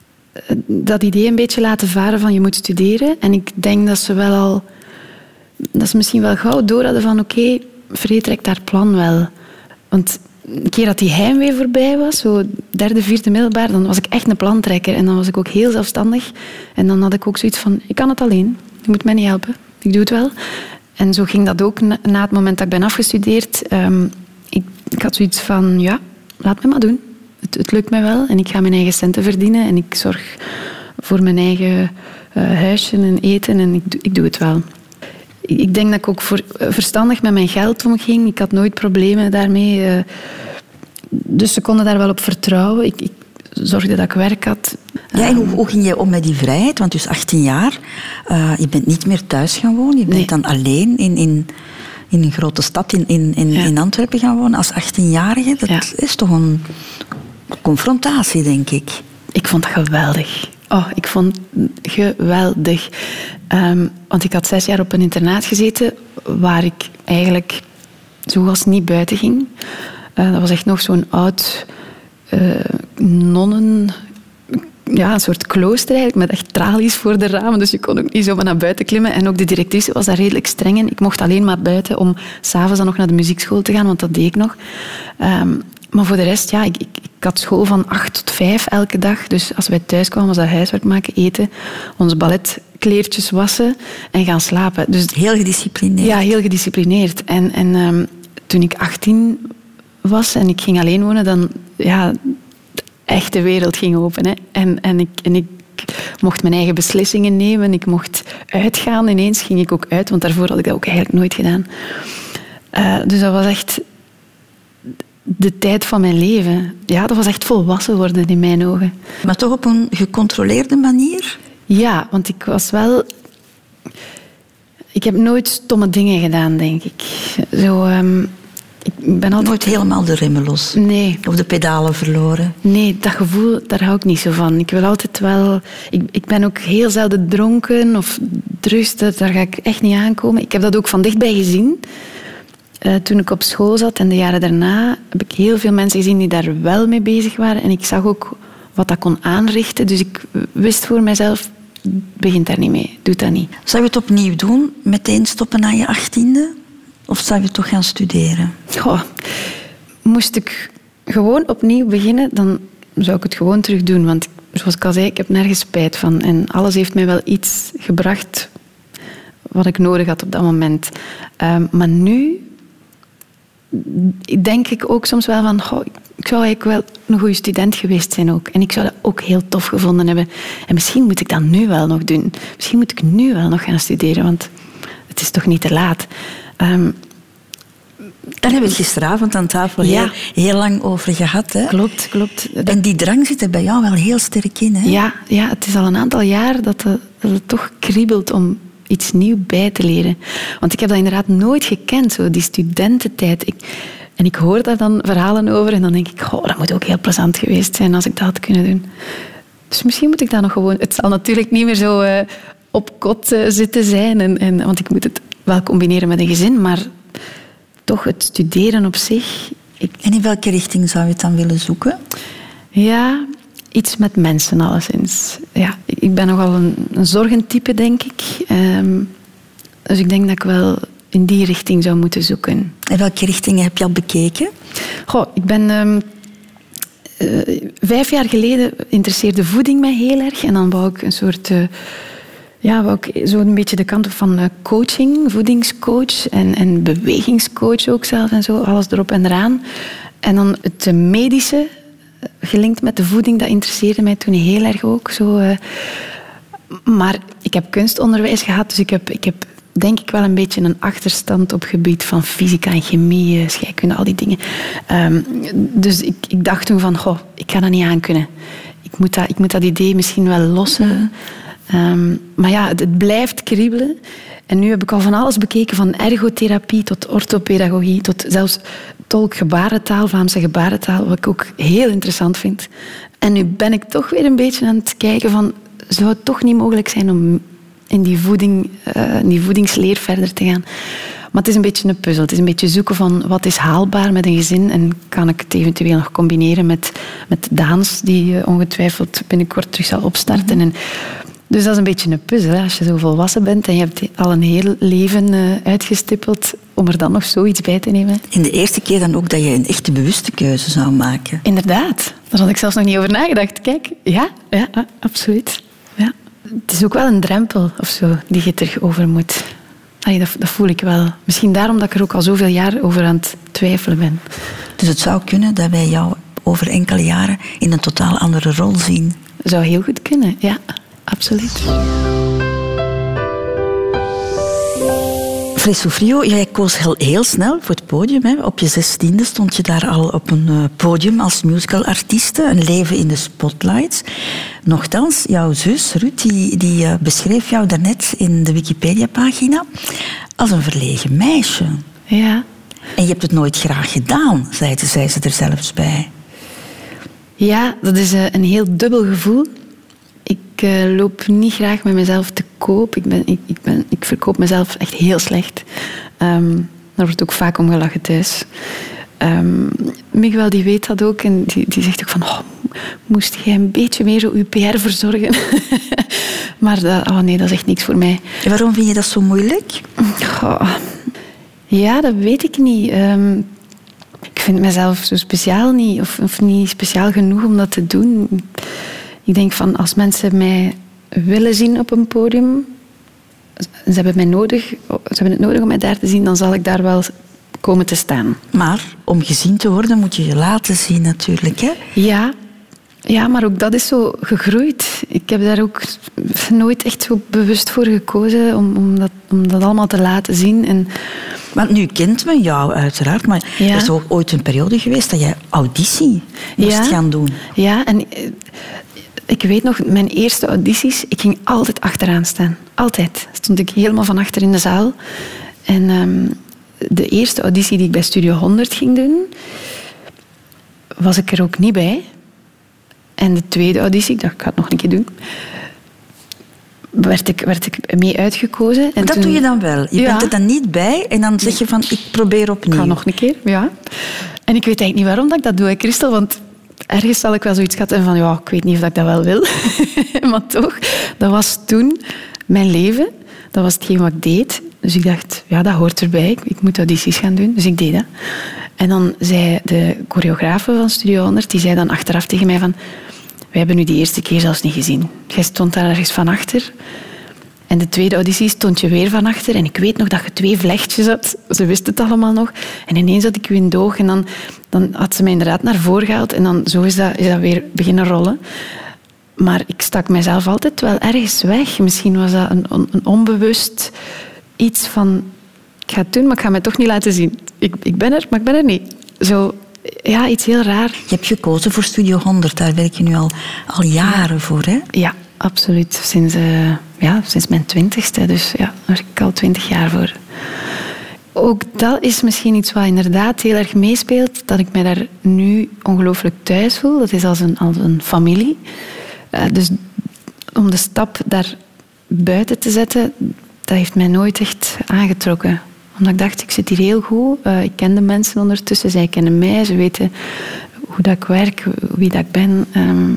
dat idee een beetje laten varen van je moet studeren. En ik denk dat ze wel al... Dat ze misschien wel gauw door hadden van oké, okay, Free trekt haar plan wel. Want een keer dat die heimwee voorbij was, zo derde, vierde middelbaar, dan was ik echt een plantrekker. En dan was ik ook heel zelfstandig. En dan had ik ook zoiets van, ik kan het alleen. Je moet mij niet helpen. Ik doe het wel. En zo ging dat ook na, na het moment dat ik ben afgestudeerd. Um, ik, ik had zoiets van, ja, laat me maar doen. Het, het lukt mij wel en ik ga mijn eigen centen verdienen en ik zorg voor mijn eigen uh, huisje en eten en ik, ik doe het wel. Ik, ik denk dat ik ook voor, uh, verstandig met mijn geld omging. Ik had nooit problemen daarmee. Uh, dus ze konden daar wel op vertrouwen. Ik, ik zorgde dat ik werk had.
Ja, en hoe, hoe ging je om met die vrijheid? Want dus achttien jaar, uh, je bent niet meer thuis gaan wonen. Je bent nee. dan alleen in... in in een grote stad in, in, in, ja. in Antwerpen gaan wonen als achttienjarige. Dat ja. is toch een confrontatie, denk ik.
Ik vond dat geweldig. Oh, ik vond het geweldig. Um, want ik had zes jaar op een internaat gezeten waar ik eigenlijk zo als niet buiten ging. Uh, dat was echt nog zo'n oud uh, nonnen... ja, een soort klooster eigenlijk, met echt tralies voor de ramen. Dus je kon ook niet zomaar naar buiten klimmen. En ook de directrice was daar redelijk streng in. Ik mocht alleen maar buiten om s'avonds dan nog naar de muziekschool te gaan, want dat deed ik nog. Um, maar voor de rest, ja, ik, ik, ik had school van acht tot vijf elke dag. Dus als wij thuis kwamen, was dat huiswerk maken, eten, ons balletkleertjes wassen en gaan slapen. Dus,
heel gedisciplineerd.
Ja, heel gedisciplineerd. En, en um, toen ik achttien was en ik ging alleen wonen, dan... Ja, de echte wereld ging open. Hè. En, en, ik, en ik mocht mijn eigen beslissingen nemen. Ik mocht uitgaan. Ineens ging ik ook uit, want daarvoor had ik dat ook eigenlijk nooit gedaan. Uh, dus dat was echt de tijd van mijn leven. Ja, dat was echt volwassen worden in mijn ogen.
Maar toch op een gecontroleerde manier?
Ja, want ik was wel... Ik heb nooit stomme dingen gedaan, denk ik. Zo... Um... Ik ben altijd...
Nooit helemaal de remmen los?
Nee.
Of de pedalen verloren?
Nee, dat gevoel, daar hou ik niet zo van. Ik wil altijd wel... Ik, ik ben ook heel zelden dronken of drugs, daar ga ik echt niet aankomen. Ik heb dat ook van dichtbij gezien. Uh, toen ik op school zat en de jaren daarna heb ik heel veel mensen gezien die daar wel mee bezig waren. En ik zag ook wat dat kon aanrichten. Dus ik wist voor mezelf, begin daar niet mee. Doe dat niet.
Zou je het opnieuw doen? Meteen stoppen na je achttiende? Of zou je toch gaan studeren?
Goh, moest ik gewoon opnieuw beginnen, dan zou ik het gewoon terug doen. Want zoals ik al zei, ik heb nergens spijt van. En alles heeft mij wel iets gebracht wat ik nodig had op dat moment. Um, maar nu denk ik ook soms wel van... Goh, ik zou eigenlijk wel een goede student geweest zijn ook. En ik zou dat ook heel tof gevonden hebben. En misschien moet ik dat nu wel nog doen. Misschien moet ik nu wel nog gaan studeren, want het is toch niet te laat. Um,
Daar hebben we het gisteravond aan tafel
ja.
heel, heel lang over gehad. Hè?
Klopt, klopt.
En die drang zit er bij jou wel heel sterk in. Hè?
Ja, ja, het is al een aantal jaar dat het, dat het toch kriebelt om iets nieuws bij te leren. Want ik heb dat inderdaad nooit gekend, zo die studententijd. Ik, en ik hoor daar dan verhalen over en dan denk ik, goh, dat moet ook heel plezant geweest zijn als ik dat had kunnen doen. Dus misschien moet ik dat nog gewoon... Het zal natuurlijk niet meer zo uh, op kot uh, zitten zijn, en, en, want ik moet het wel combineren met een gezin, maar toch het studeren op zich... Ik...
En in welke richting zou je het dan willen zoeken?
Ja, iets met mensen alleszins. Ja, ik ben nogal een, een zorgentype, denk ik. Um, dus ik denk dat ik wel in die richting zou moeten zoeken.
En welke richtingen heb je al bekeken?
Goh, ik ben... Um, uh, vijf jaar geleden interesseerde voeding mij heel erg. En dan wou ik een soort... Uh, Ja, wou ik zo een beetje de kant op van coaching, voedingscoach en, en bewegingscoach ook zelf en zo, alles erop en eraan. En dan het medische, gelinkt met de voeding, dat interesseerde mij toen heel erg ook. Zo, uh, maar ik heb kunstonderwijs gehad, dus ik heb, ik heb denk ik wel een beetje een achterstand op het gebied van fysica en chemie, scheikunde, al die dingen. Um, dus ik, ik dacht toen van, goh, ik ga dat niet aankunnen. Ik moet dat, ik moet dat idee misschien wel lossen. Mm-hmm. Um, maar ja, het, het blijft kriebelen. En nu heb ik al van alles bekeken, van ergotherapie tot orthopedagogie, tot zelfs tolkgebarentaal, Vlaamse gebarentaal, wat ik ook heel interessant vind. En nu ben ik toch weer een beetje aan het kijken van, zou het toch niet mogelijk zijn om in die, voeding, uh, in die voedingsleer verder te gaan? Maar het is een beetje een puzzel. Het is een beetje zoeken van wat is haalbaar met een gezin en kan ik het eventueel nog combineren met, met dans, die uh, ongetwijfeld binnenkort terug zal opstarten. En dus dat is een beetje een puzzel. Hè? Als je zo volwassen bent en je hebt al een heel leven uh, uitgestippeld, om er dan nog zoiets bij te nemen.
En de eerste keer dan ook dat je een echte bewuste keuze zou maken.
Inderdaad. Daar had ik zelfs nog niet over nagedacht. Kijk, ja, ja absoluut. Ja. Het is ook wel een drempel of zo die je terug over moet. Allee, dat, dat voel ik wel. Misschien daarom dat ik er ook al zoveel jaar over aan het twijfelen ben.
Dus het zou kunnen dat wij jou over enkele jaren in een totaal andere rol zien?
Zou heel goed kunnen, ja. Absoluut.
Fresso Frio, jij koos heel, heel snel voor het podium. Hè. Op je zestiende stond je daar al op een uh, podium als musicalartieste. Een leven in de spotlights. Nochtans, jouw zus Ruud, die, die uh, beschreef jou daarnet in de Wikipedia-pagina als een verlegen meisje.
Ja.
En je hebt het nooit graag gedaan, zei ze, zei ze er zelfs bij.
Ja, dat is uh, een heel dubbel gevoel. Ik uh, loop niet graag met mezelf te koop. Ik, ben, ik, ik, ben, ik verkoop mezelf echt heel slecht. Um, daar wordt ook vaak om gelachen thuis. Um, Miguel die weet dat ook en die, die zegt ook van... Oh, moest jij een beetje meer zo je P R verzorgen. Maar dat, oh nee, dat is echt niks voor mij.
En waarom vind je dat zo moeilijk?
Oh, ja, dat weet ik niet. Um, ik vind mezelf zo speciaal niet, of, of niet speciaal genoeg om dat te doen. Ik denk van, als mensen mij willen zien op een podium, ze hebben mij nodig, ze hebben het nodig om mij daar te zien, dan zal ik daar wel komen te staan.
Maar om gezien te worden moet je je laten zien natuurlijk, hè?
Ja, ja, maar ook dat is zo gegroeid. Ik heb daar ook nooit echt zo bewust voor gekozen om, om, dat, om dat allemaal te laten zien. En
want nu kent men jou uiteraard, maar ja. Er is ook ooit een periode geweest dat jij auditie moest
ja.
gaan doen.
Ja, en ik weet nog, mijn eerste audities, ik ging altijd achteraan staan. Altijd. Stond ik helemaal van achter in de zaal. En um, de eerste auditie die ik bij Studio honderd ging doen, was ik er ook niet bij. En de tweede auditie, ik dacht, ik ga het nog een keer doen, werd ik, werd ik mee uitgekozen. En
dat
toen,
doe je dan wel. Je ja. bent er dan niet bij en dan zeg je van, ik probeer opnieuw.
Ik ga nog een keer, ja. En ik weet eigenlijk niet waarom dat ik dat doe, Christel, want ergens zal ik wel zoiets schatten van, ja, ik weet niet of ik dat wel wil. Maar toch, dat was toen mijn leven. Dat was hetgeen wat ik deed. Dus ik dacht, ja, dat hoort erbij. Ik, ik moet audities gaan doen. Dus ik deed dat. En dan zei de choreografe van Studio honderd, die zei dan achteraf tegen mij van, wij hebben u die eerste keer zelfs niet gezien. Jij stond daar ergens van achter. En de tweede auditie stond je weer van achter. En ik weet nog dat je twee vlechtjes had. Ze wist het allemaal nog. En ineens had ik u in doog. En dan, dan had ze mij inderdaad naar voren gehaald. En dan zo is dat, is dat weer beginnen rollen. Maar ik stak mijzelf altijd wel ergens weg. Misschien was dat een, een onbewust iets van, ik ga het doen, maar ik ga mij toch niet laten zien. Ik, ik ben er, maar ik ben er niet. Zo, ja, iets heel raar.
Je hebt gekozen voor Studio honderd. Daar werk je nu al, al jaren voor, hè?
Ja, absoluut. Sinds, uh, ja, sinds mijn twintigste. Dus ja, daar werk ik al twintig jaar voor. Ook dat is misschien iets wat inderdaad heel erg meespeelt. Dat ik mij daar nu ongelooflijk thuis voel. Dat is als een, als een familie. Uh, dus om de stap daar buiten te zetten, dat heeft mij nooit echt aangetrokken. Omdat ik dacht, ik zit hier heel goed. Uh, ik ken de mensen ondertussen. Zij kennen mij. Ze weten hoe dat ik werk, wie dat ik ben. Um,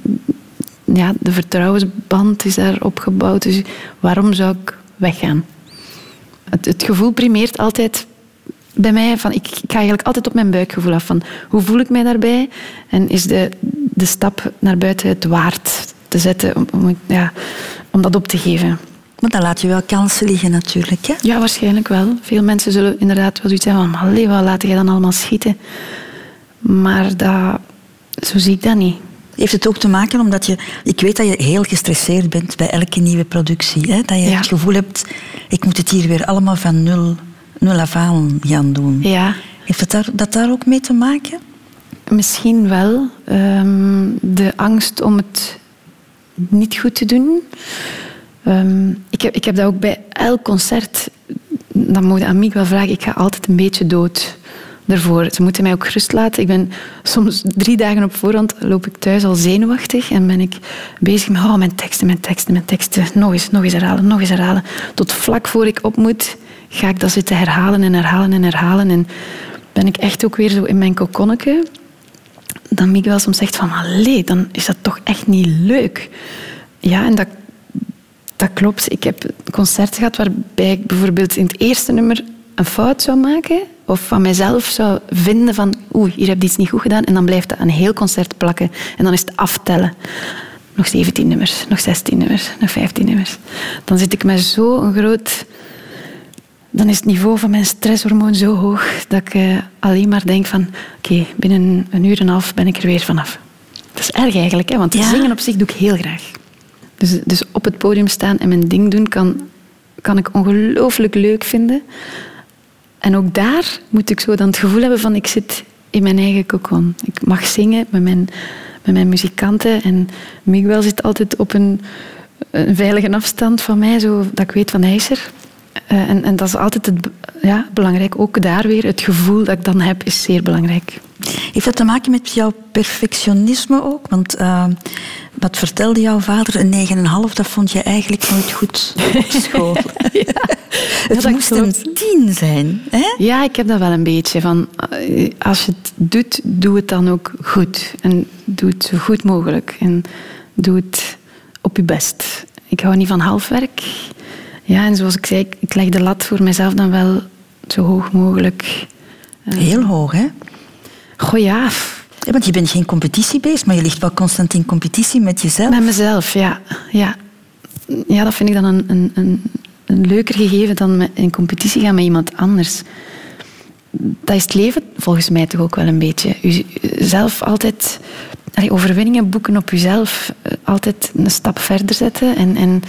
ja, de vertrouwensband is daar opgebouwd. Dus waarom zou ik weggaan? Het, het gevoel primeert altijd bij mij. Van, ik, ik ga eigenlijk altijd op mijn buikgevoel af. Van, hoe voel ik mij daarbij? En is de, de stap naar buiten het waard te zetten om, om, ja, om dat op te geven?
Maar dan laat je wel kansen liggen natuurlijk, hè?
Ja, waarschijnlijk wel. Veel mensen zullen inderdaad wel zoiets hebben van, allee, wat laat jij dan allemaal schieten? Maar dat, zo zie ik dat niet.
Heeft het ook te maken omdat je... Ik weet dat je heel gestresseerd bent bij elke nieuwe productie. Hè? Dat je ja. het gevoel hebt, ik moet het hier weer allemaal van nul, nul af aan gaan doen.
Ja.
Heeft het daar, dat daar ook mee te maken?
Misschien wel. Um, de angst om het niet goed te doen. Um, ik, heb, ik heb dat ook bij elk concert. Dan moet je aan Miek wel vragen. Ik ga altijd een beetje dood ervoor. Ze moeten mij ook gerust laten. Ik ben soms drie dagen op voorhand loop ik thuis al zenuwachtig en ben ik bezig met oh, mijn teksten, mijn teksten, mijn teksten. Nog eens, nog eens herhalen, nog eens herhalen. Tot vlak voor ik op moet, ga ik dat zitten herhalen en herhalen en herhalen. En ben ik echt ook weer zo in mijn kokonnetje. Dan Miek wel soms zegt van, allee, dan is dat toch echt niet leuk. Ja, en dat, dat klopt. Ik heb concerten gehad waarbij ik bijvoorbeeld in het eerste nummer een fout zou maken of van mijzelf zou vinden van oei, hier heb je iets niet goed gedaan en dan blijft dat een heel concert plakken en dan is het aftellen. Nog zeventien nummers, nog zestien nummers, nog vijftien nummers. Dan zit ik met zo'n groot... Dan is het niveau van mijn stresshormoon zo hoog dat ik uh, alleen maar denk van oké, okay, binnen een uur en een half ben ik er weer vanaf. Dat is erg eigenlijk, hè? Want ja. zingen op zich doe ik heel graag. Dus, dus op het podium staan en mijn ding doen kan, kan ik ongelooflijk leuk vinden. En ook daar moet ik zo dan het gevoel hebben van ik zit in mijn eigen cocon. Ik mag zingen met mijn, met mijn muzikanten en Miguel zit altijd op een, een veilige afstand van mij, zodat ik weet van hij is er. Uh, en, en dat is altijd het, ja, belangrijk. Ook daar weer, het gevoel dat ik dan heb, is zeer belangrijk.
Heeft dat te maken met jouw perfectionisme ook? Want uh, wat vertelde jouw vader? Een negen komma vijf, dat vond je eigenlijk nooit goed op school. ja, het
ja,
moest klopt. een tien zijn. Hè?
Ja, ik heb dat wel een beetje. Van, als je het doet, doe het dan ook goed. En doe het zo goed mogelijk. En doe het op je best. Ik hou niet van halfwerk. Ja, en zoals ik zei, ik, ik leg de lat voor mezelf dan wel zo hoog mogelijk.
Heel hoog, hè?
Goh, ja.
Ja, want je bent geen competitiebeest, maar je ligt wel constant in competitie met jezelf.
Met mezelf, ja. Ja, ja dat vind ik dan een, een, een, een leuker gegeven dan in competitie gaan met iemand anders. Dat is het leven volgens mij toch ook wel een beetje. Jezelf altijd allee, overwinningen boeken op jezelf. Altijd een stap verder zetten. En, en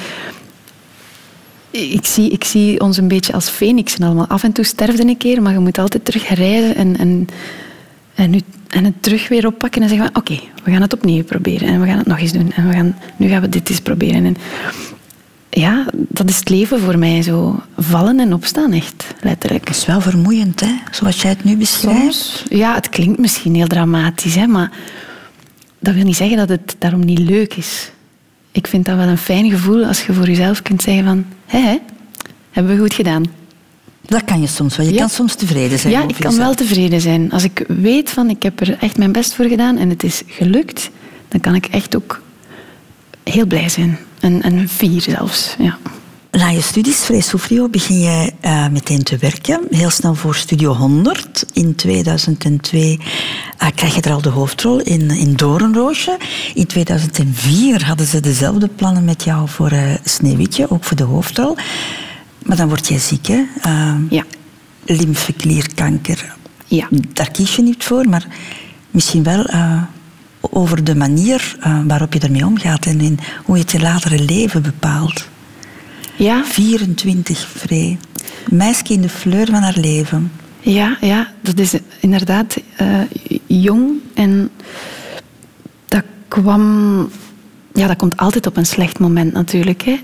ik, zie, ik zie ons een beetje als fenixen allemaal. Af en toe sterfde een keer, maar je moet altijd terug herrijden en, en, en, nu, en het terug weer oppakken en zeggen van oké, okay, we gaan het opnieuw proberen. En we gaan het nog eens doen. En we gaan, nu gaan we dit eens proberen. En, ja, dat is het leven voor mij. Zo vallen en opstaan, echt, letterlijk.
Dat is wel vermoeiend, hè? Zoals jij het nu beschrijft.
Soms, ja, het klinkt misschien heel dramatisch, hè, maar dat wil niet zeggen dat het daarom niet leuk is. Ik vind dat wel een fijn gevoel als je voor jezelf kunt zeggen van hé, hé, hebben we goed gedaan.
Dat kan je soms wel. Je
ja.
kan soms tevreden zijn.
Ja, ik kan wel tevreden zijn. Als ik weet van ik heb er echt mijn best voor gedaan en het is gelukt, dan kan ik echt ook heel blij zijn. En, en fier zelfs, ja.
Na je studies, Vrij Soufrio, begin je uh, meteen te werken. Heel snel voor Studio honderd. In tweeduizend twee uh, krijg je er al de hoofdrol in, in Doornroosje. In tweeduizend vier hadden ze dezelfde plannen met jou voor uh, Sneeuwwitje, ook voor de hoofdrol. Maar dan word jij ziek, hè? Uh,
ja.
Lymfeklierkanker.
Ja.
Daar kies je niet voor, maar misschien wel Uh, over de manier uh, waarop je ermee omgaat en in hoe je het je latere leven bepaalt.
Ja.
vierentwintig, Vrij. Meisje in de fleur van haar leven.
Ja, ja, dat is inderdaad uh, jong. En dat kwam... Ja, dat komt altijd op een slecht moment natuurlijk. Hè.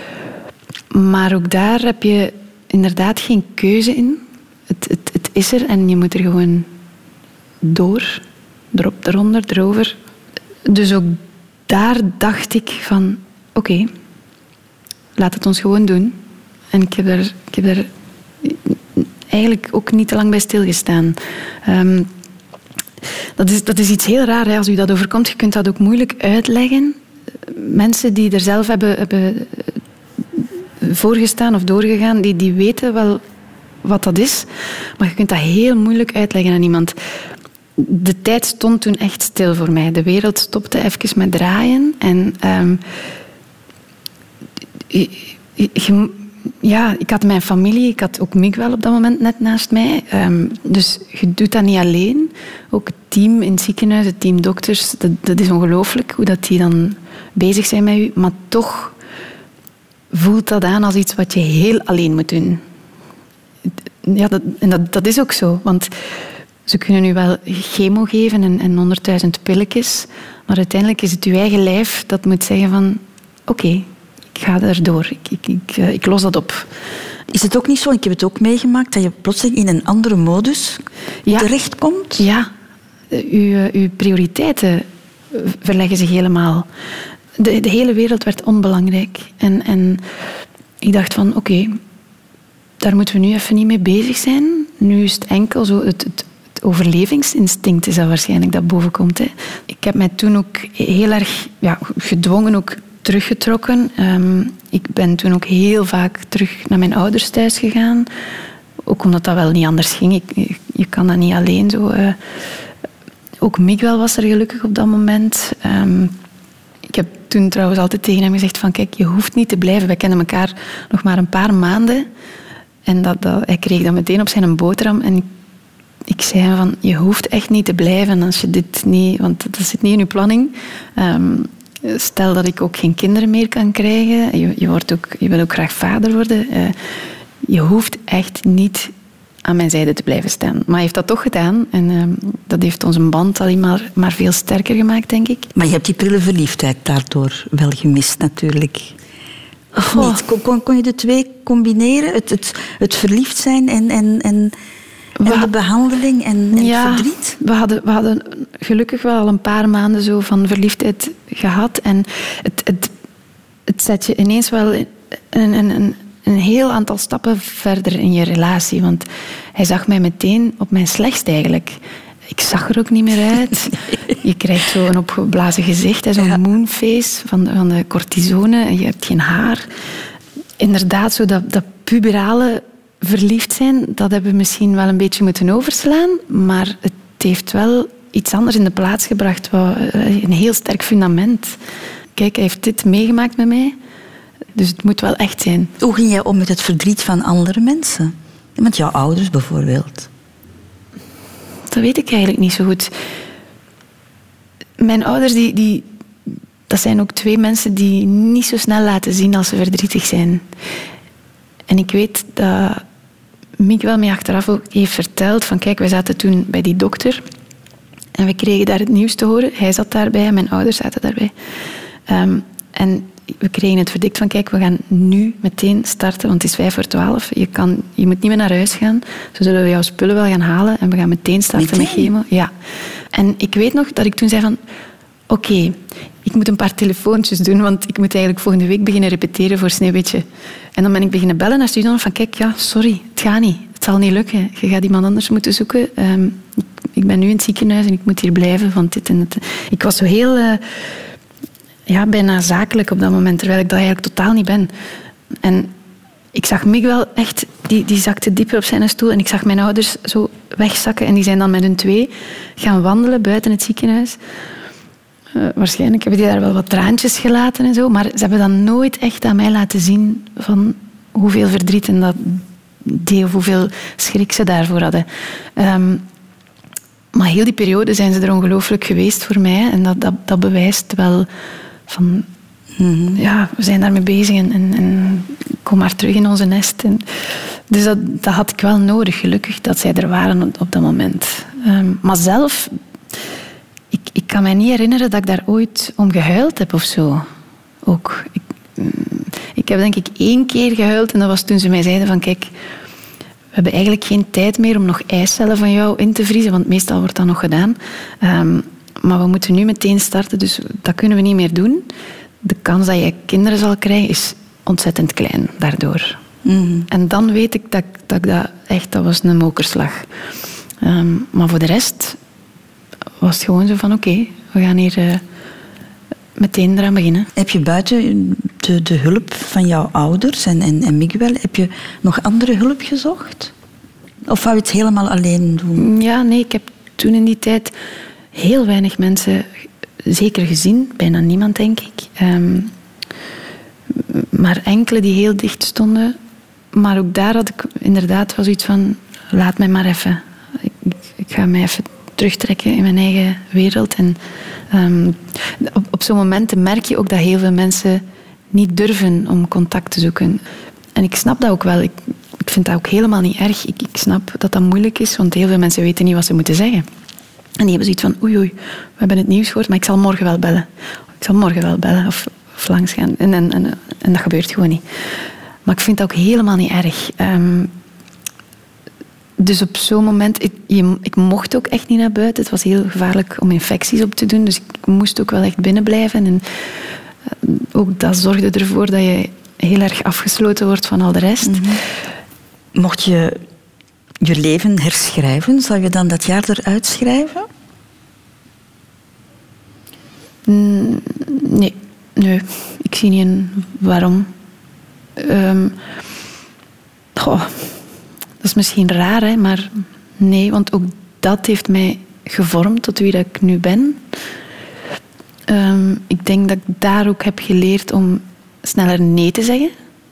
Maar ook daar heb je inderdaad geen keuze in. Het, het, het is er en je moet er gewoon door. Erop, eronder, erover. Dus ook daar dacht ik van... Oké, okay, laat het ons gewoon doen. En ik heb er, ik heb er eigenlijk ook niet te lang bij stilgestaan. Um, dat, is, dat is iets heel raar. Hè. Als u dat overkomt, je kunt dat ook moeilijk uitleggen. Mensen die er zelf hebben, hebben voorgestaan of doorgegaan, die, die weten wel wat dat is. Maar je kunt dat heel moeilijk uitleggen aan iemand. De tijd stond toen echt stil voor mij. De wereld stopte even met draaien. En um, je, ja, ik had mijn familie, ik had ook Miguel op dat moment net naast mij. Um, dus je doet dat niet alleen. Ook het team in het ziekenhuis, het team dokters, dat, dat is ongelooflijk hoe dat die dan bezig zijn met u. Maar toch voelt dat aan als iets wat je heel alleen moet doen. Ja, dat, en dat, dat is ook zo, want ze kunnen nu wel chemo geven en, en honderdduizend pilletjes, maar uiteindelijk is het je eigen lijf dat moet zeggen van oké, okay, ik ga erdoor, ik, ik, ik, ik los dat op.
Is het ook niet zo, ik heb het ook meegemaakt, dat je plotseling in een andere modus ja. terechtkomt?
Ja, uw, uw prioriteiten verleggen zich helemaal. De, de hele wereld werd onbelangrijk. En, en ik dacht van oké, okay, daar moeten we nu even niet mee bezig zijn. Nu is het enkel zo het, het overlevingsinstinct is dat waarschijnlijk dat bovenkomt. Hè. Ik heb mij toen ook heel erg ja, gedwongen ook teruggetrokken. Um, ik ben toen ook heel vaak terug naar mijn ouders thuis gegaan. Ook omdat dat wel niet anders ging. Ik, je kan dat niet alleen zo. Uh, ook Miguel was er gelukkig op dat moment. Um, ik heb toen trouwens altijd tegen hem gezegd van kijk, je hoeft niet te blijven. Wij kennen elkaar nog maar een paar maanden. En dat, dat, hij kreeg dat meteen op zijn boterham. En ik, ik zei hem van, je hoeft echt niet te blijven als je dit niet... Want dat zit niet in je planning. Um, stel dat ik ook geen kinderen meer kan krijgen. Je, je, wordt ook, je wil ook graag vader worden. Uh, je hoeft echt niet aan mijn zijde te blijven staan. Maar hij heeft dat toch gedaan. En um, dat heeft onze band alleen maar, maar veel sterker gemaakt, denk ik.
Maar je hebt die prille verliefdheid daardoor wel gemist, natuurlijk. Of oh. niet? Kon, kon, kon je de twee combineren? Het, het, het verliefd zijn en, en, en, en de behandeling en, en
ja,
het verdriet?
We hadden, we hadden gelukkig wel al een paar maanden zo van verliefdheid gehad. En het, het, het zet je ineens wel een, een, een, een heel aantal stappen verder in je relatie. Want hij zag mij meteen op mijn slechtst eigenlijk. Ik zag er ook niet meer uit. Je krijgt zo'n opgeblazen gezicht, hè, zo'n ja. moonface van de, van de cortisone. Je hebt geen haar. Inderdaad, zo dat, dat puberale verliefd zijn, dat hebben we misschien wel een beetje moeten overslaan. Maar het heeft wel iets anders in de plaats gebracht. Wat, een heel sterk fundament. Kijk, hij heeft dit meegemaakt met mij. Dus het moet wel echt zijn.
Hoe ging jij om met het verdriet van andere mensen? Met jouw ouders bijvoorbeeld?
Dat weet ik eigenlijk niet zo goed. Mijn ouders, die, die, dat zijn ook twee mensen die niet zo snel laten zien als ze verdrietig zijn. En ik weet dat Miek wel mij achteraf ook heeft verteld van kijk, wij zaten toen bij die dokter en we kregen daar het nieuws te horen. Hij zat daarbij en mijn ouders zaten daarbij. Um, en we kregen het verdikt van kijk, we gaan nu meteen starten, want het is vijf voor twaalf. Je, kan, je moet niet meer naar huis gaan. Zo zullen we jouw spullen wel gaan halen en we gaan meteen starten meteen? met chemo. Ja. En ik weet nog dat ik toen zei van oké, okay, ik moet een paar telefoontjes doen, want ik moet eigenlijk volgende week beginnen repeteren voor Sneeuwwitje. En dan ben ik beginnen bellen naar Studio van kijk, ja, sorry, het gaat niet. Het zal niet lukken. Je gaat iemand anders moeten zoeken. Um, ik, ik ben nu in het ziekenhuis en ik moet hier blijven, want dit en dat. Ik was zo heel... Uh, Ja, bijna zakelijk op dat moment, terwijl ik dat eigenlijk totaal niet ben. En ik zag Mick wel echt, die, die zakte dieper op zijn stoel en ik zag mijn ouders zo wegzakken en die zijn dan met hun twee gaan wandelen buiten het ziekenhuis. Uh, waarschijnlijk hebben die daar wel wat traantjes gelaten en zo, maar ze hebben dan nooit echt aan mij laten zien van hoeveel verdriet en dat deed of hoeveel schrik ze daarvoor hadden. Um, maar heel die periode zijn ze er ongelooflijk geweest voor mij en dat, dat, dat bewijst wel van, mm-hmm. ja, we zijn daarmee bezig en, en, en kom maar terug in onze nest. En, dus dat, dat had ik wel nodig, gelukkig, dat zij er waren op, op dat moment. Um, maar zelf, ik, ik kan mij niet herinneren dat ik daar ooit om gehuild heb of zo. Ook. Ik, ik heb denk ik één keer gehuild en dat was toen ze mij zeiden van kijk, we hebben eigenlijk geen tijd meer om nog eicellen van jou in te vriezen, want meestal wordt dat nog gedaan. Um, maar we moeten nu meteen starten, dus dat kunnen we niet meer doen. De kans dat je kinderen zal krijgen is ontzettend klein daardoor. Mm-hmm. En dan weet ik dat, dat ik dat echt, dat was een mokerslag. Um, maar voor de rest was het gewoon zo van oké, okay, we gaan hier uh, meteen eraan beginnen.
Heb je buiten de, de hulp van jouw ouders en, en, en Miguel, heb je nog andere hulp gezocht? Of wou je het helemaal alleen doen?
Ja, nee, ik heb toen in die tijd heel weinig mensen zeker gezien. Bijna niemand, denk ik. Um, maar enkele die heel dicht stonden. Maar ook daar had ik inderdaad wel zoiets van laat mij maar even. Ik, ik ga mij even terugtrekken in mijn eigen wereld. En um, op, op zo'n momenten merk je ook dat heel veel mensen niet durven om contact te zoeken. En ik snap dat ook wel. Ik, ik vind dat ook helemaal niet erg. Ik, ik snap dat dat moeilijk is, want heel veel mensen weten niet wat ze moeten zeggen. En die hebben zoiets van, oei oei, we hebben het nieuws gehoord, maar ik zal morgen wel bellen. Ik zal morgen wel bellen of, of langs gaan. En, en, en, en dat gebeurt gewoon niet. Maar ik vind dat ook helemaal niet erg. Um, dus op zo'n moment, ik, je, ik mocht ook echt niet naar buiten. Het was heel gevaarlijk om infecties op te doen, dus ik moest ook wel echt binnen blijven. En uh, ook dat zorgde ervoor dat je heel erg afgesloten wordt van al de rest.
Mm-hmm. Mocht je je leven herschrijven, zou je dan dat jaar eruit schrijven?
Mm, nee, nee, ik zie niet in waarom. Um, goh, dat is misschien raar, hè, maar nee, want ook dat heeft mij gevormd tot wie dat ik nu ben. Um, ik denk dat ik daar ook heb geleerd om sneller nee te zeggen.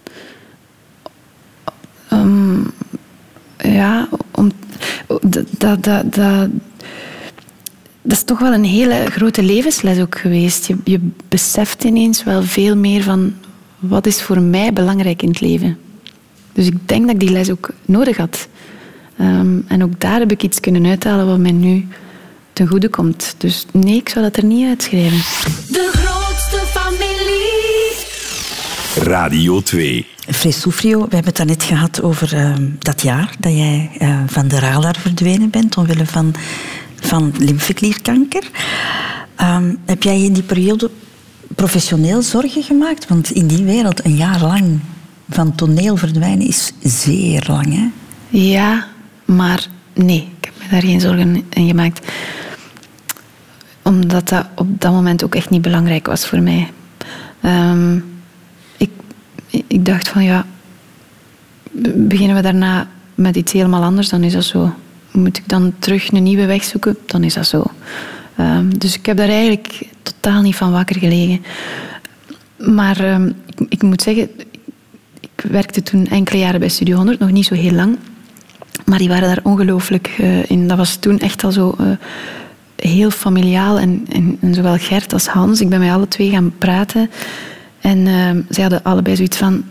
Um, ja, om, dat, dat, dat, dat, dat is toch wel een hele grote levensles ook geweest. Je, je beseft ineens wel veel meer van wat is voor mij belangrijk in het leven. Dus ik denk dat ik die les ook nodig had. Um, en ook daar heb ik iets kunnen uithalen wat mij nu ten goede komt. Dus nee, ik zou dat er niet uitschrijven.
De grootste familie.
Radio twee.
Fray Soufrio, we hebben het daarnet gehad over uh, dat jaar dat jij uh, van de radar verdwenen bent omwille van, van lymfeklierkanker. Um, heb jij in die periode professioneel zorgen gemaakt? Want in die wereld een jaar lang van toneel verdwijnen is zeer lang, hè?
Ja, Maar nee, ik heb me daar geen zorgen in gemaakt. Omdat dat op dat moment ook echt niet belangrijk was voor mij. Um, ik, ik dacht van ja, beginnen we daarna met iets helemaal anders, dan is dat zo. Moet ik dan terug een nieuwe weg zoeken, dan is dat zo. Um, dus ik heb daar eigenlijk totaal niet van wakker gelegen. Maar um, ik, ik moet zeggen, ik werkte toen enkele jaren bij Studio honderd, nog niet zo heel lang. Maar die waren daar ongelooflijk uh, in. Dat was toen echt al zo uh, heel familiaal. En, en, en zowel Gert als Hans, ik ben met alle twee gaan praten. En uh, zij hadden allebei zoiets van...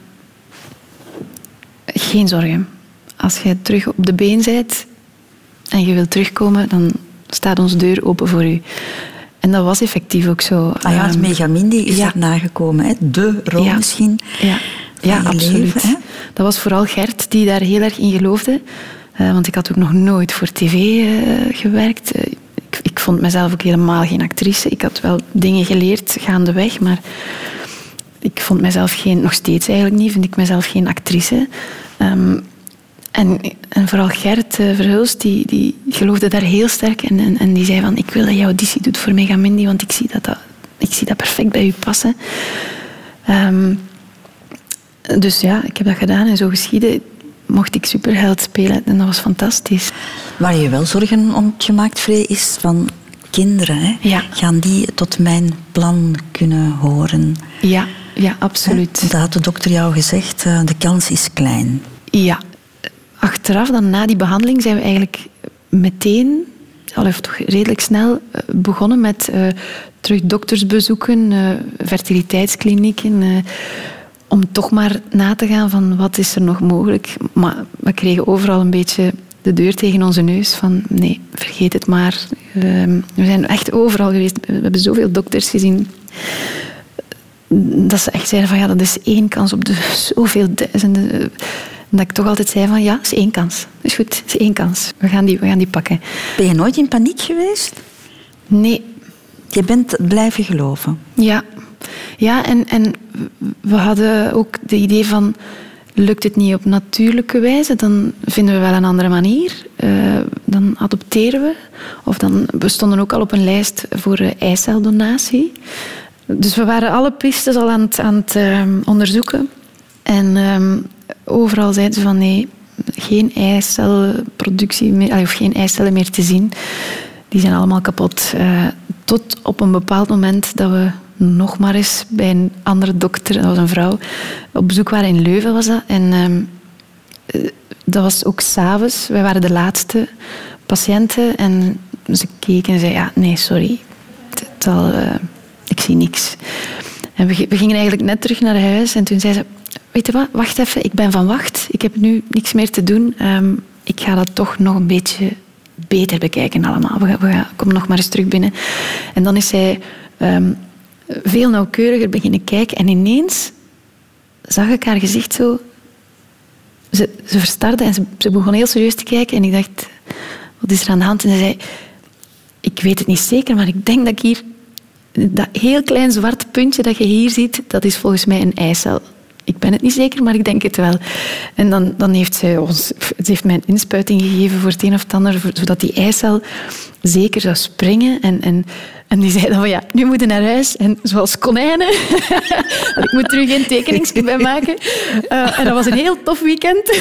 Geen zorgen. Als je terug op de been bent en je wilt terugkomen, dan staat onze deur open voor u. En dat was effectief ook zo.
Ah ja, het Megamindi is ja. daarna gekomen. Hè? De rol
ja.
misschien
ja. Ja, absoluut.
Leven, hè?
Dat was vooral Gert die daar heel erg in geloofde. Uh, want ik had ook nog nooit voor tv uh, gewerkt. Uh, ik, ik vond mezelf ook helemaal geen actrice. Ik had wel dingen geleerd gaandeweg, maar ik vond mezelf geen, nog steeds eigenlijk niet, vind ik mezelf geen actrice. Um, en, en vooral Gert uh, Verhulst, die, die geloofde daar heel sterk. En, en, en die zei van, ik wil dat je auditie doet voor Megamindi, want ik zie dat, dat, ik zie dat perfect bij u passen. Um, dus ja, ik heb dat gedaan en zo geschieden. Mocht ik Superheld spelen en dat was fantastisch.
Waar je wel zorgen om gemaakt, Free, is van kinderen. Hè?
Ja.
Gaan die tot mijn plan kunnen horen?
Ja, ja, absoluut.
Hè? Dat had de dokter jou gezegd, uh, de kans is klein.
Ja. Achteraf, dan na die behandeling, zijn we eigenlijk meteen, of toch redelijk snel, begonnen met uh, terug doktersbezoeken, uh, fertiliteitsklinieken... Uh, om toch maar na te gaan van wat is er nog mogelijk. Maar we kregen overal een beetje de deur tegen onze neus van nee, vergeet het maar. We zijn echt overal geweest. We hebben zoveel dokters gezien dat ze echt zeiden van ja, dat is één kans op de zoveel duizenden. En dat ik toch altijd zei van ja, het is één kans. Dat is goed, het is één kans. We gaan die, we gaan die pakken.
Ben je nooit in paniek geweest?
Nee.
Je bent blijven geloven?
Ja. Ja, en, en we hadden ook het idee van... Lukt het niet op natuurlijke wijze, dan vinden we wel een andere manier. Uh, dan adopteren we. Of dan, we stonden ook al op een lijst voor uh, eiceldonatie. Dus we waren alle pistes al aan het, aan het uh, onderzoeken. En um, overal zeiden ze van nee, geen eicelproductie meer, of geen eicellen meer te zien. Die zijn allemaal kapot. Uh, tot op een bepaald moment dat we nog maar eens bij een andere dokter, dat was een vrouw, op bezoek waren in Leuven was dat. En uh, dat was ook 's avonds. Wij waren de laatste patiënten en ze keken en zeiden ja, nee, sorry, het al, uh, ik zie niks. En we, we gingen eigenlijk net terug naar huis en toen zei ze, weet je wat, wacht even, ik ben van wacht, ik heb nu niks meer te doen. Um, ik ga dat toch nog een beetje beter bekijken allemaal. We gaan, we gaan, kom nog maar eens terug binnen. En dan is zij um, veel nauwkeuriger beginnen kijken en ineens zag ik haar gezicht zo... Ze, ze verstarde en ze, ze begon heel serieus te kijken en ik dacht, wat is er aan de hand? En ze zei, ik weet het niet zeker, maar ik denk dat ik hier... Dat heel klein zwart puntje dat je hier ziet, dat is volgens mij een eicel. Ik ben het niet zeker, maar ik denk het wel. En dan, dan heeft zij ons, ze heeft mij een inspuiting gegeven voor het een of het ander, zodat die eicel zeker zou springen. En, en, en die zei dan van ja, nu moeten we naar huis. En zoals konijnen. Ik moet terug een tekeningsje bij maken. Uh, en dat was een heel tof weekend.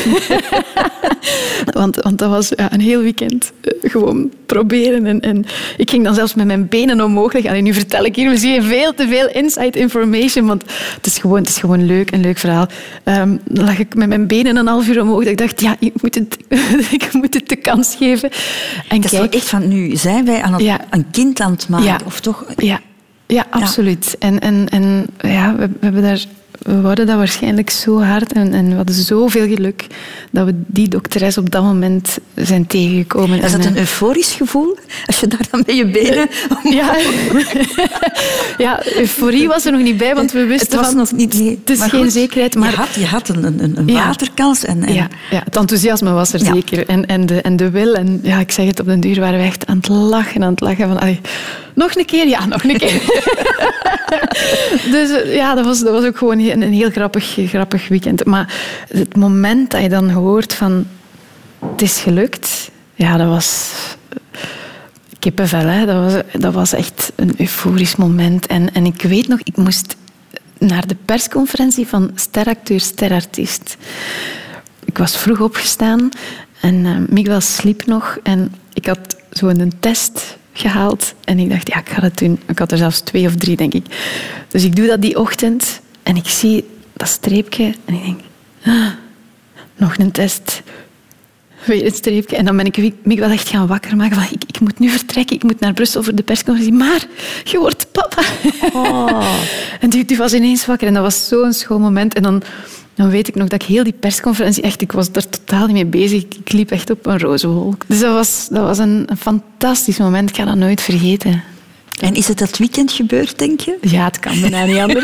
want, want dat was ja, een heel weekend uh, gewoon proberen. En, en ik ging dan zelfs met mijn benen omhoog. En nu vertel ik hier misschien veel te veel inside information. Want het is gewoon, het is gewoon leuk, een leuk verhaal. Um, dan lag ik met mijn benen een half uur omhoog. Dat ik dacht, ja, ik moet het, ik moet het de kans geven. En
dat
kijk,
is echt van nu. Zijn wij aan het,
ja.
een kind aan het maken?
Ja.
Of toch?
Ja, ja absoluut. Ja. En, en, en ja, we, we hebben daar... We wouden dat waarschijnlijk zo hard en, en we hadden zoveel geluk dat we die dokteres op dat moment zijn tegengekomen.
Is dat
en,
een euforisch gevoel? Als je daar dan met je benen...
Ja, ja, euforie was er nog niet bij, want we wisten
het was
van...
nog niet... Nee.
Het is
maar
geen
goed,
zekerheid, maar...
Je had, je had een, een, een
ja.
waterkans. En, en...
Ja, ja, het enthousiasme was er
ja.
zeker. En, en, de, en de wil. En ja, ik zeg het, op den duur waren we echt aan het lachen, aan het lachen van... Allee, nog een keer? Ja, nog een keer. Dus ja, dat was, dat was ook gewoon een heel grappig, grappig weekend. Maar het moment dat je dan hoort van... het is gelukt. Ja, dat was kippenvel. Hè. Dat was, dat was echt een euforisch moment. En, en ik weet nog, ik moest naar de persconferentie van steracteur, sterartiest. Ik was vroeg opgestaan en uh, Miguel sliep nog. En ik had zo een test gehaald. En ik dacht, ja, ik ga dat doen. Ik had er zelfs twee of drie, denk ik. Dus ik doe dat die ochtend. En ik zie dat streepje. En ik denk, ah, nog een test. Weer een streepje. En dan ben ik Miguel echt gaan wakker maken. Van, ik, ik moet nu vertrekken. Ik moet naar Brussel voor de persconferentie. Maar je wordt papa. Oh. En die, die was ineens wakker. En dat was zo'n schoon moment. En dan... Dan weet ik nog dat ik heel die persconferentie... Echt, ik was er totaal niet mee bezig. Ik liep echt op een roze wolk. Dus dat was, dat was een, een fantastisch moment. Ik ga dat nooit vergeten.
En is het dat weekend gebeurd, denk je?
Ja, het kan bijna niet anders.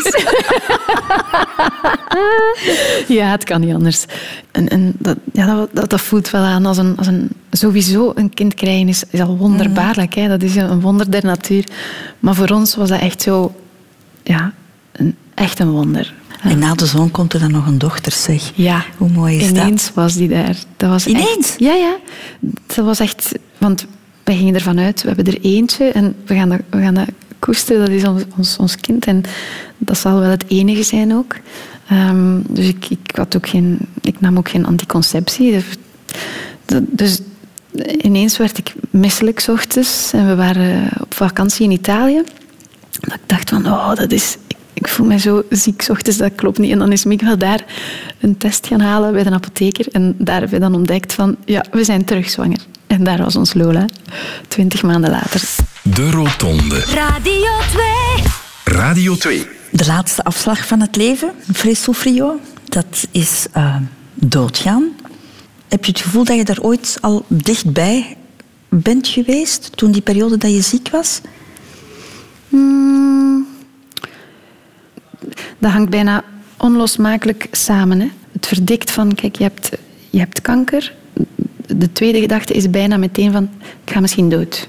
Ja, het kan niet anders. En, en dat, ja, dat, dat voelt wel aan als een, als een... Sowieso, een kind krijgen is, is al wonderbaarlijk. Hè? Dat is een wonder der natuur. Maar voor ons was dat echt zo... Ja, een, echt een wonder.
En na de zoon komt er dan nog een dochter, zeg.
Ja.
Hoe mooi is
ineens dat?
Ineens
was die daar. Dat was
Ineens?
Echt, ja, ja. Dat was echt... Want wij gingen ervan uit, we hebben er eentje en we gaan dat, we gaan dat koesteren. Dat is ons, ons, ons kind en dat zal wel het enige zijn ook. Um, dus ik, ik, had ook geen, ik nam ook geen anticonceptie. Dus ineens werd ik misselijk 's ochtends en we waren op vakantie in Italië. Dat ik dacht van, oh, dat is... Ik voel me zo ziek 's ochtends, dat klopt niet. En dan is Miguel daar een test gaan halen bij de apotheker. En daar hebben we dan ontdekt van, ja, we zijn terug zwanger. En daar was ons Lola, twintig maanden later.
De Rotonde.
Radio twee.
Radio twee.
De laatste afslag van het leven, Fray Soufriot, dat is uh, doodgaan. Heb je het gevoel dat je daar ooit al dichtbij bent geweest, toen die periode dat je ziek was?
Hmm. Dat hangt bijna onlosmakelijk samen. Hè. Het verdikt van, kijk, je hebt, je hebt kanker. De tweede gedachte is bijna meteen van, ik ga misschien dood.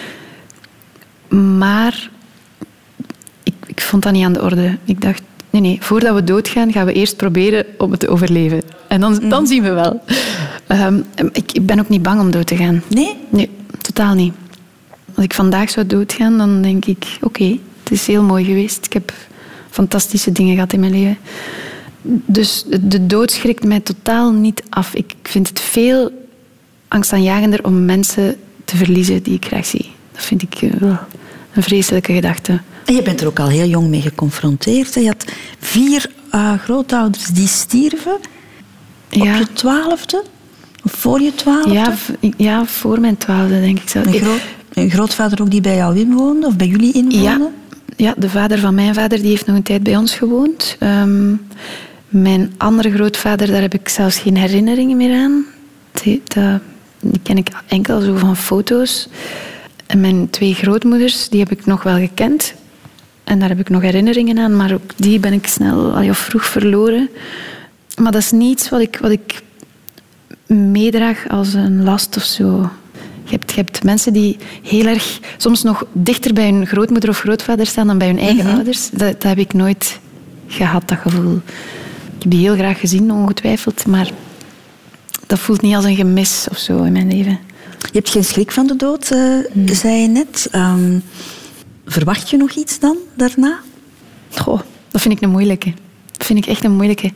Maar ik, ik vond dat niet aan de orde. Ik dacht, nee, nee, voordat we doodgaan, gaan we eerst proberen om het te overleven. En dan, mm. dan zien we wel. Um, ik, ik ben ook niet bang om dood te gaan.
Nee?
Nee, totaal niet. Als ik vandaag zou doodgaan, dan denk ik, oké, okay, het is heel mooi geweest. Ik heb fantastische dingen gehad in mijn leven. Dus de dood schrikt mij totaal niet af. Ik vind het veel angstaanjagender om mensen te verliezen die ik graag zie. Dat vind ik uh, een vreselijke gedachte.
En je bent er ook al heel jong mee geconfronteerd. Je had vier uh, grootouders die stierven. Ja. Op je twaalfde? Of voor je twaalfde?
Ja, ja, voor mijn twaalfde, denk ik zo.
Een, groot, een grootvader ook die bij jou inwoonde? Of bij jullie inwoonde?
Ja. Ja, de vader van mijn vader die heeft nog een tijd bij ons gewoond. Um, mijn andere grootvader, daar heb ik zelfs geen herinneringen meer aan. Die, dat, die ken ik enkel zo van foto's. En mijn twee grootmoeders, die heb ik nog wel gekend. En daar heb ik nog herinneringen aan, maar ook die ben ik snel al of vroeg verloren. Maar dat is niets wat ik, wat ik meedraag als een last of zo. Je hebt, je hebt mensen die heel erg soms nog dichter bij hun grootmoeder of grootvader staan dan bij hun eigen mm-hmm. ouders. Dat, dat heb ik nooit gehad, dat gevoel. Ik heb die heel graag gezien, ongetwijfeld, maar dat voelt niet als een gemis of zo in mijn leven.
Je hebt geen schrik van de dood, uh, mm. zei je net. Um, verwacht je nog iets dan, daarna?
Goh, dat vind ik een moeilijke. Dat vind ik echt een moeilijke.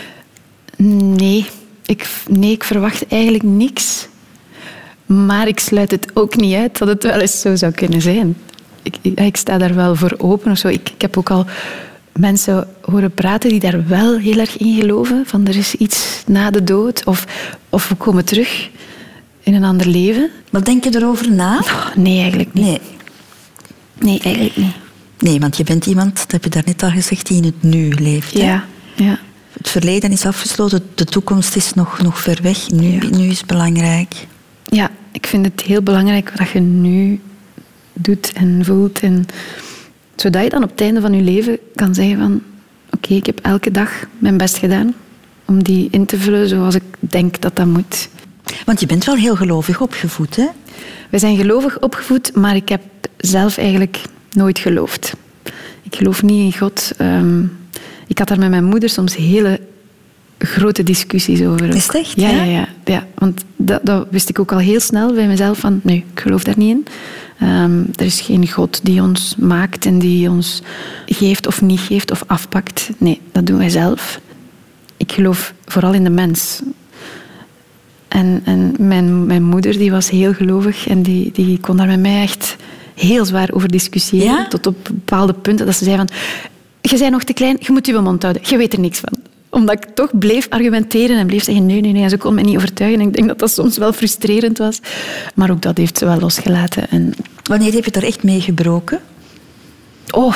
Nee, ik, nee, ik verwacht eigenlijk niks. Maar ik sluit het ook niet uit dat het wel eens zo zou kunnen zijn. Ik, ik, ik sta daar wel voor open of zo. Ik, ik heb ook al mensen horen praten die daar wel heel erg in geloven. Van er is iets na de dood. Of, of we komen terug in een ander leven.
Wat denk je erover na?
Oh, nee, eigenlijk niet.
Nee.
nee, eigenlijk niet.
Nee, want je bent iemand, dat heb je daarnet al gezegd, die in het nu leeft. Hè?
Ja, ja.
Het verleden is afgesloten, de toekomst is nog, nog ver weg. Nu, ja. nu is het belangrijk.
Ja, ik vind het heel belangrijk wat je nu doet en voelt. En zodat je dan op het einde van je leven kan zeggen van... Oké, okay, ik heb elke dag mijn best gedaan om die in te vullen zoals ik denk dat dat moet.
Want je bent wel heel gelovig opgevoed, hè?
Wij zijn gelovig opgevoed, maar ik heb zelf eigenlijk nooit geloofd. Ik geloof niet in God. Um, ik had daar met mijn moeder soms hele grote discussies over.
Is het echt?
Ja,
Ja?
ja, ja, ja. Want dat, dat wist ik ook al heel snel bij mezelf van, nee, ik geloof daar niet in. Um, er is geen God die ons maakt en die ons geeft of niet geeft of afpakt. Nee, dat doen wij zelf. Ik geloof vooral in de mens. En, en mijn, mijn moeder die was heel gelovig en die, die kon daar met mij echt heel zwaar over discussiëren.
Ja?
Tot op bepaalde punten dat ze zei van, je bent nog te klein, je moet je mond houden. Je weet er niks van. Omdat ik toch bleef argumenteren en bleef zeggen nee, nee, nee. En ze kon me niet overtuigen. En ik denk dat dat soms wel frustrerend was. Maar ook dat heeft ze wel losgelaten. En...
Wanneer heb je er echt mee gebroken?
Oh.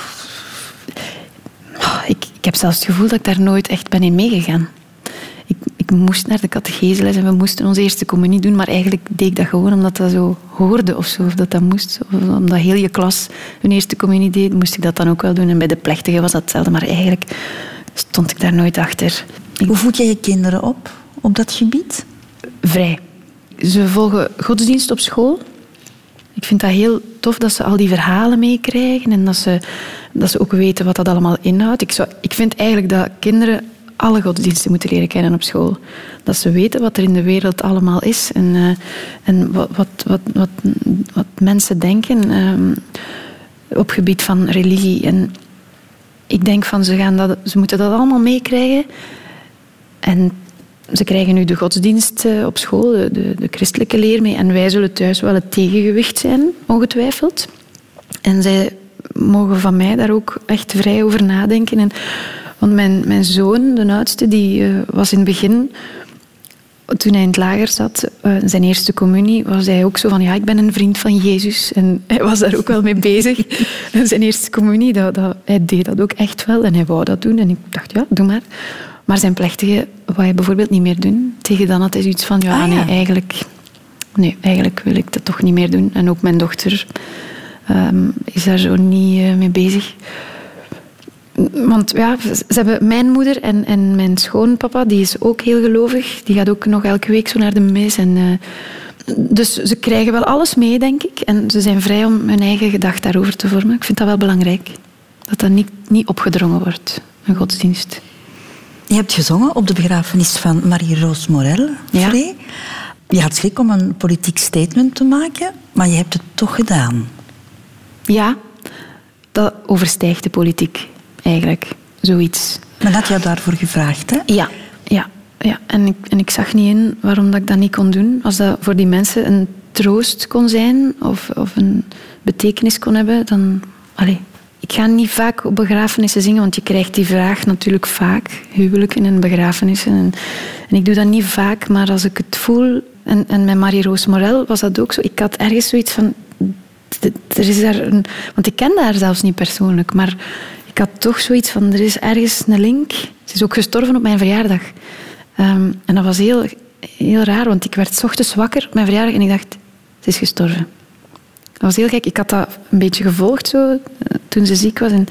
Ik, ik heb zelfs het gevoel dat ik daar nooit echt ben in meegegaan. Ik, ik moest naar de catecheseles en we moesten onze eerste communie doen. Maar eigenlijk deed ik dat gewoon omdat dat zo hoorde of zo. Of dat dat moest. Of omdat heel je klas hun eerste communie deed, moest ik dat dan ook wel doen. En bij de plechtige was dat hetzelfde. Maar eigenlijk... stond ik daar nooit achter.
Hoe voed je je kinderen op, op dat gebied?
Vrij. Ze volgen godsdienst op school. Ik vind dat heel tof dat ze al die verhalen meekrijgen en dat ze, dat ze ook weten wat dat allemaal inhoudt. Ik, zou, ik vind eigenlijk dat kinderen alle godsdiensten moeten leren kennen op school. Dat ze weten wat er in de wereld allemaal is en, uh, en wat, wat, wat, wat, wat mensen denken um, op gebied van religie. En ik denk van, ze, gaan dat, ze moeten dat allemaal meekrijgen. En ze krijgen nu de godsdienst op school, de, de, de christelijke leer mee. En wij zullen thuis wel het tegengewicht zijn, ongetwijfeld. En zij mogen van mij daar ook echt vrij over nadenken. En, want mijn, mijn zoon, de oudste, die uh, was in het begin... Toen hij in het lager zat, uh, zijn eerste communie, was hij ook zo van, ja, ik ben een vriend van Jezus. En hij was daar ook wel mee bezig. En zijn eerste communie, dat, dat, hij deed dat ook echt wel. En hij wou dat doen. En ik dacht, ja, doe maar. Maar zijn plechtige wou hij bijvoorbeeld niet meer doen. Tegen dan had hij zoiets van, ja,
ah, ja.
nee, eigenlijk, nee, eigenlijk wil ik dat toch niet meer doen. En ook mijn dochter um, is daar zo niet uh, mee bezig. Want ja, ze hebben mijn moeder en, en mijn schoonpapa, die is ook heel gelovig. Die gaat ook nog elke week zo naar de mis. En, uh, dus ze krijgen wel alles mee, denk ik. En ze zijn vrij om hun eigen gedachte daarover te vormen. Ik vind dat wel belangrijk. Dat dat niet, niet opgedrongen wordt, een godsdienst.
Je hebt gezongen op de begrafenis van Marie-Roos Morel, Frey. Ja. Je had schrik om een politiek statement te maken, maar je hebt het toch gedaan.
Ja, dat overstijgt de politiek. Eigenlijk, zoiets.
Men had jou daarvoor gevraagd, hè?
Ja, ja, ja. En, ik, en ik zag niet in waarom dat ik dat niet kon doen. Als dat voor die mensen een troost kon zijn of, of een betekenis kon hebben, dan... Allez. Ik ga niet vaak op begrafenissen zingen, want je krijgt die vraag natuurlijk vaak. Huwelijken en begrafenissen. En, en ik doe dat niet vaak, maar als ik het voel... En, en met Marie-Roos Morel was dat ook zo. Ik had ergens zoiets van... Er is daar een, want ik ken haar zelfs niet persoonlijk, maar... Ik had toch zoiets van, er is ergens een link. Ze is ook gestorven op mijn verjaardag. Um, en dat was heel, heel raar, want ik werd 's ochtends wakker op mijn verjaardag en ik dacht, ze is gestorven. Dat was heel gek. Ik had dat een beetje gevolgd zo, toen ze ziek was. En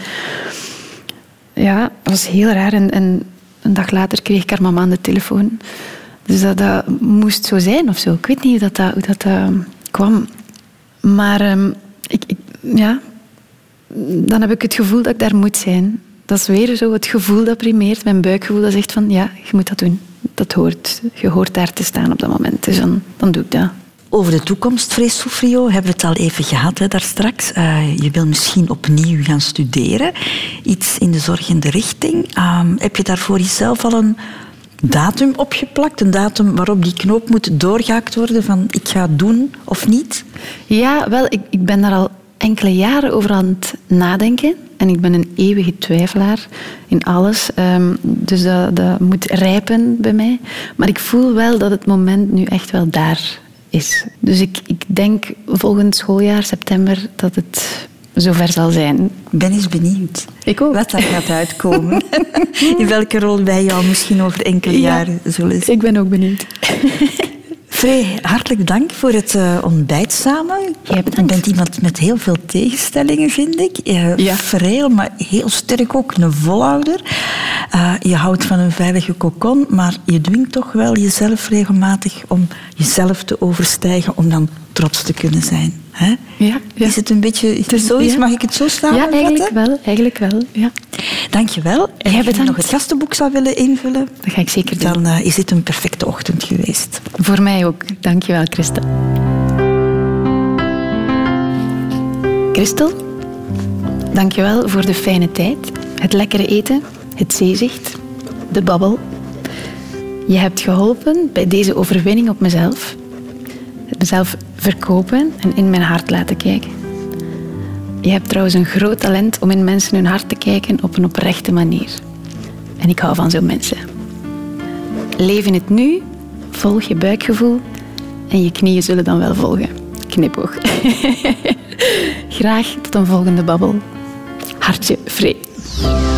ja, dat was heel raar. En, en een dag later kreeg ik haar mama aan de telefoon. Dus dat, dat moest zo zijn of zo. Ik weet niet hoe dat, dat, hoe dat uh, kwam. Maar um, ik, ik, ja... dan heb ik het gevoel dat ik daar moet zijn. Dat is weer zo het gevoel dat primeert. Mijn buikgevoel dat zegt van, ja, je moet dat doen. Dat hoort. Je hoort daar te staan op dat moment. Dus dan, dan doe ik dat.
Over de toekomst, Frey Soufriot, hebben we het al even gehad, hè, daar straks. Uh, je wil misschien opnieuw gaan studeren. Iets in de zorgende richting. Um, heb je daar voor jezelf al een datum opgeplakt? Een datum waarop die knoop moet doorgehakt worden van ik ga het doen of niet?
Ja, wel, ik, ik ben daar al enkele jaren over aan het nadenken. En ik ben een eeuwige twijfelaar in alles. Um, dus dat, dat moet rijpen bij mij. Maar ik voel wel dat het moment nu echt wel daar is. Dus ik, ik denk volgend schooljaar, september, dat het zover zal zijn.
Ik ben eens benieuwd.
Ik ook.
Wat daar gaat uitkomen. In welke rol wij jou misschien over enkele ja, jaren zullen zien.
Ik ben ook benieuwd.
Frey, hartelijk dank voor het uh, ontbijt samen. Je bent iemand met heel veel tegenstellingen, vind ik. Uh, ja. Frey, maar heel sterk ook, een volhouder. Uh, je houdt van een veilige kokon, maar je dwingt toch wel jezelf regelmatig om jezelf te overstijgen, om dan trots te kunnen zijn. Hè?
Ja, ja.
Is het een beetje
Dus,
zoiets?
ja.
Mag ik het zo samenvatten?
Ja, eigenlijk wel. Eigenlijk wel ja.
Dank je wel. En als je nog het gastenboek zou willen invullen,
dat ga ik zeker doen.
Dan uh, is dit een perfecte ochtend geweest.
Voor mij ook. Dank je wel, Christel. Christel, dank je wel voor de fijne tijd, het lekkere eten, het zeezicht, de babbel. Je hebt geholpen bij deze overwinning op mezelf. Het mezelf verkopen en in mijn hart laten kijken. Je hebt trouwens een groot talent om in mensen hun hart te kijken op een oprechte manier. En ik hou van zo'n mensen. Leef in het nu, volg je buikgevoel en je knieën zullen dan wel volgen. Knipoog. Graag tot een volgende babbel. Hartje vrij.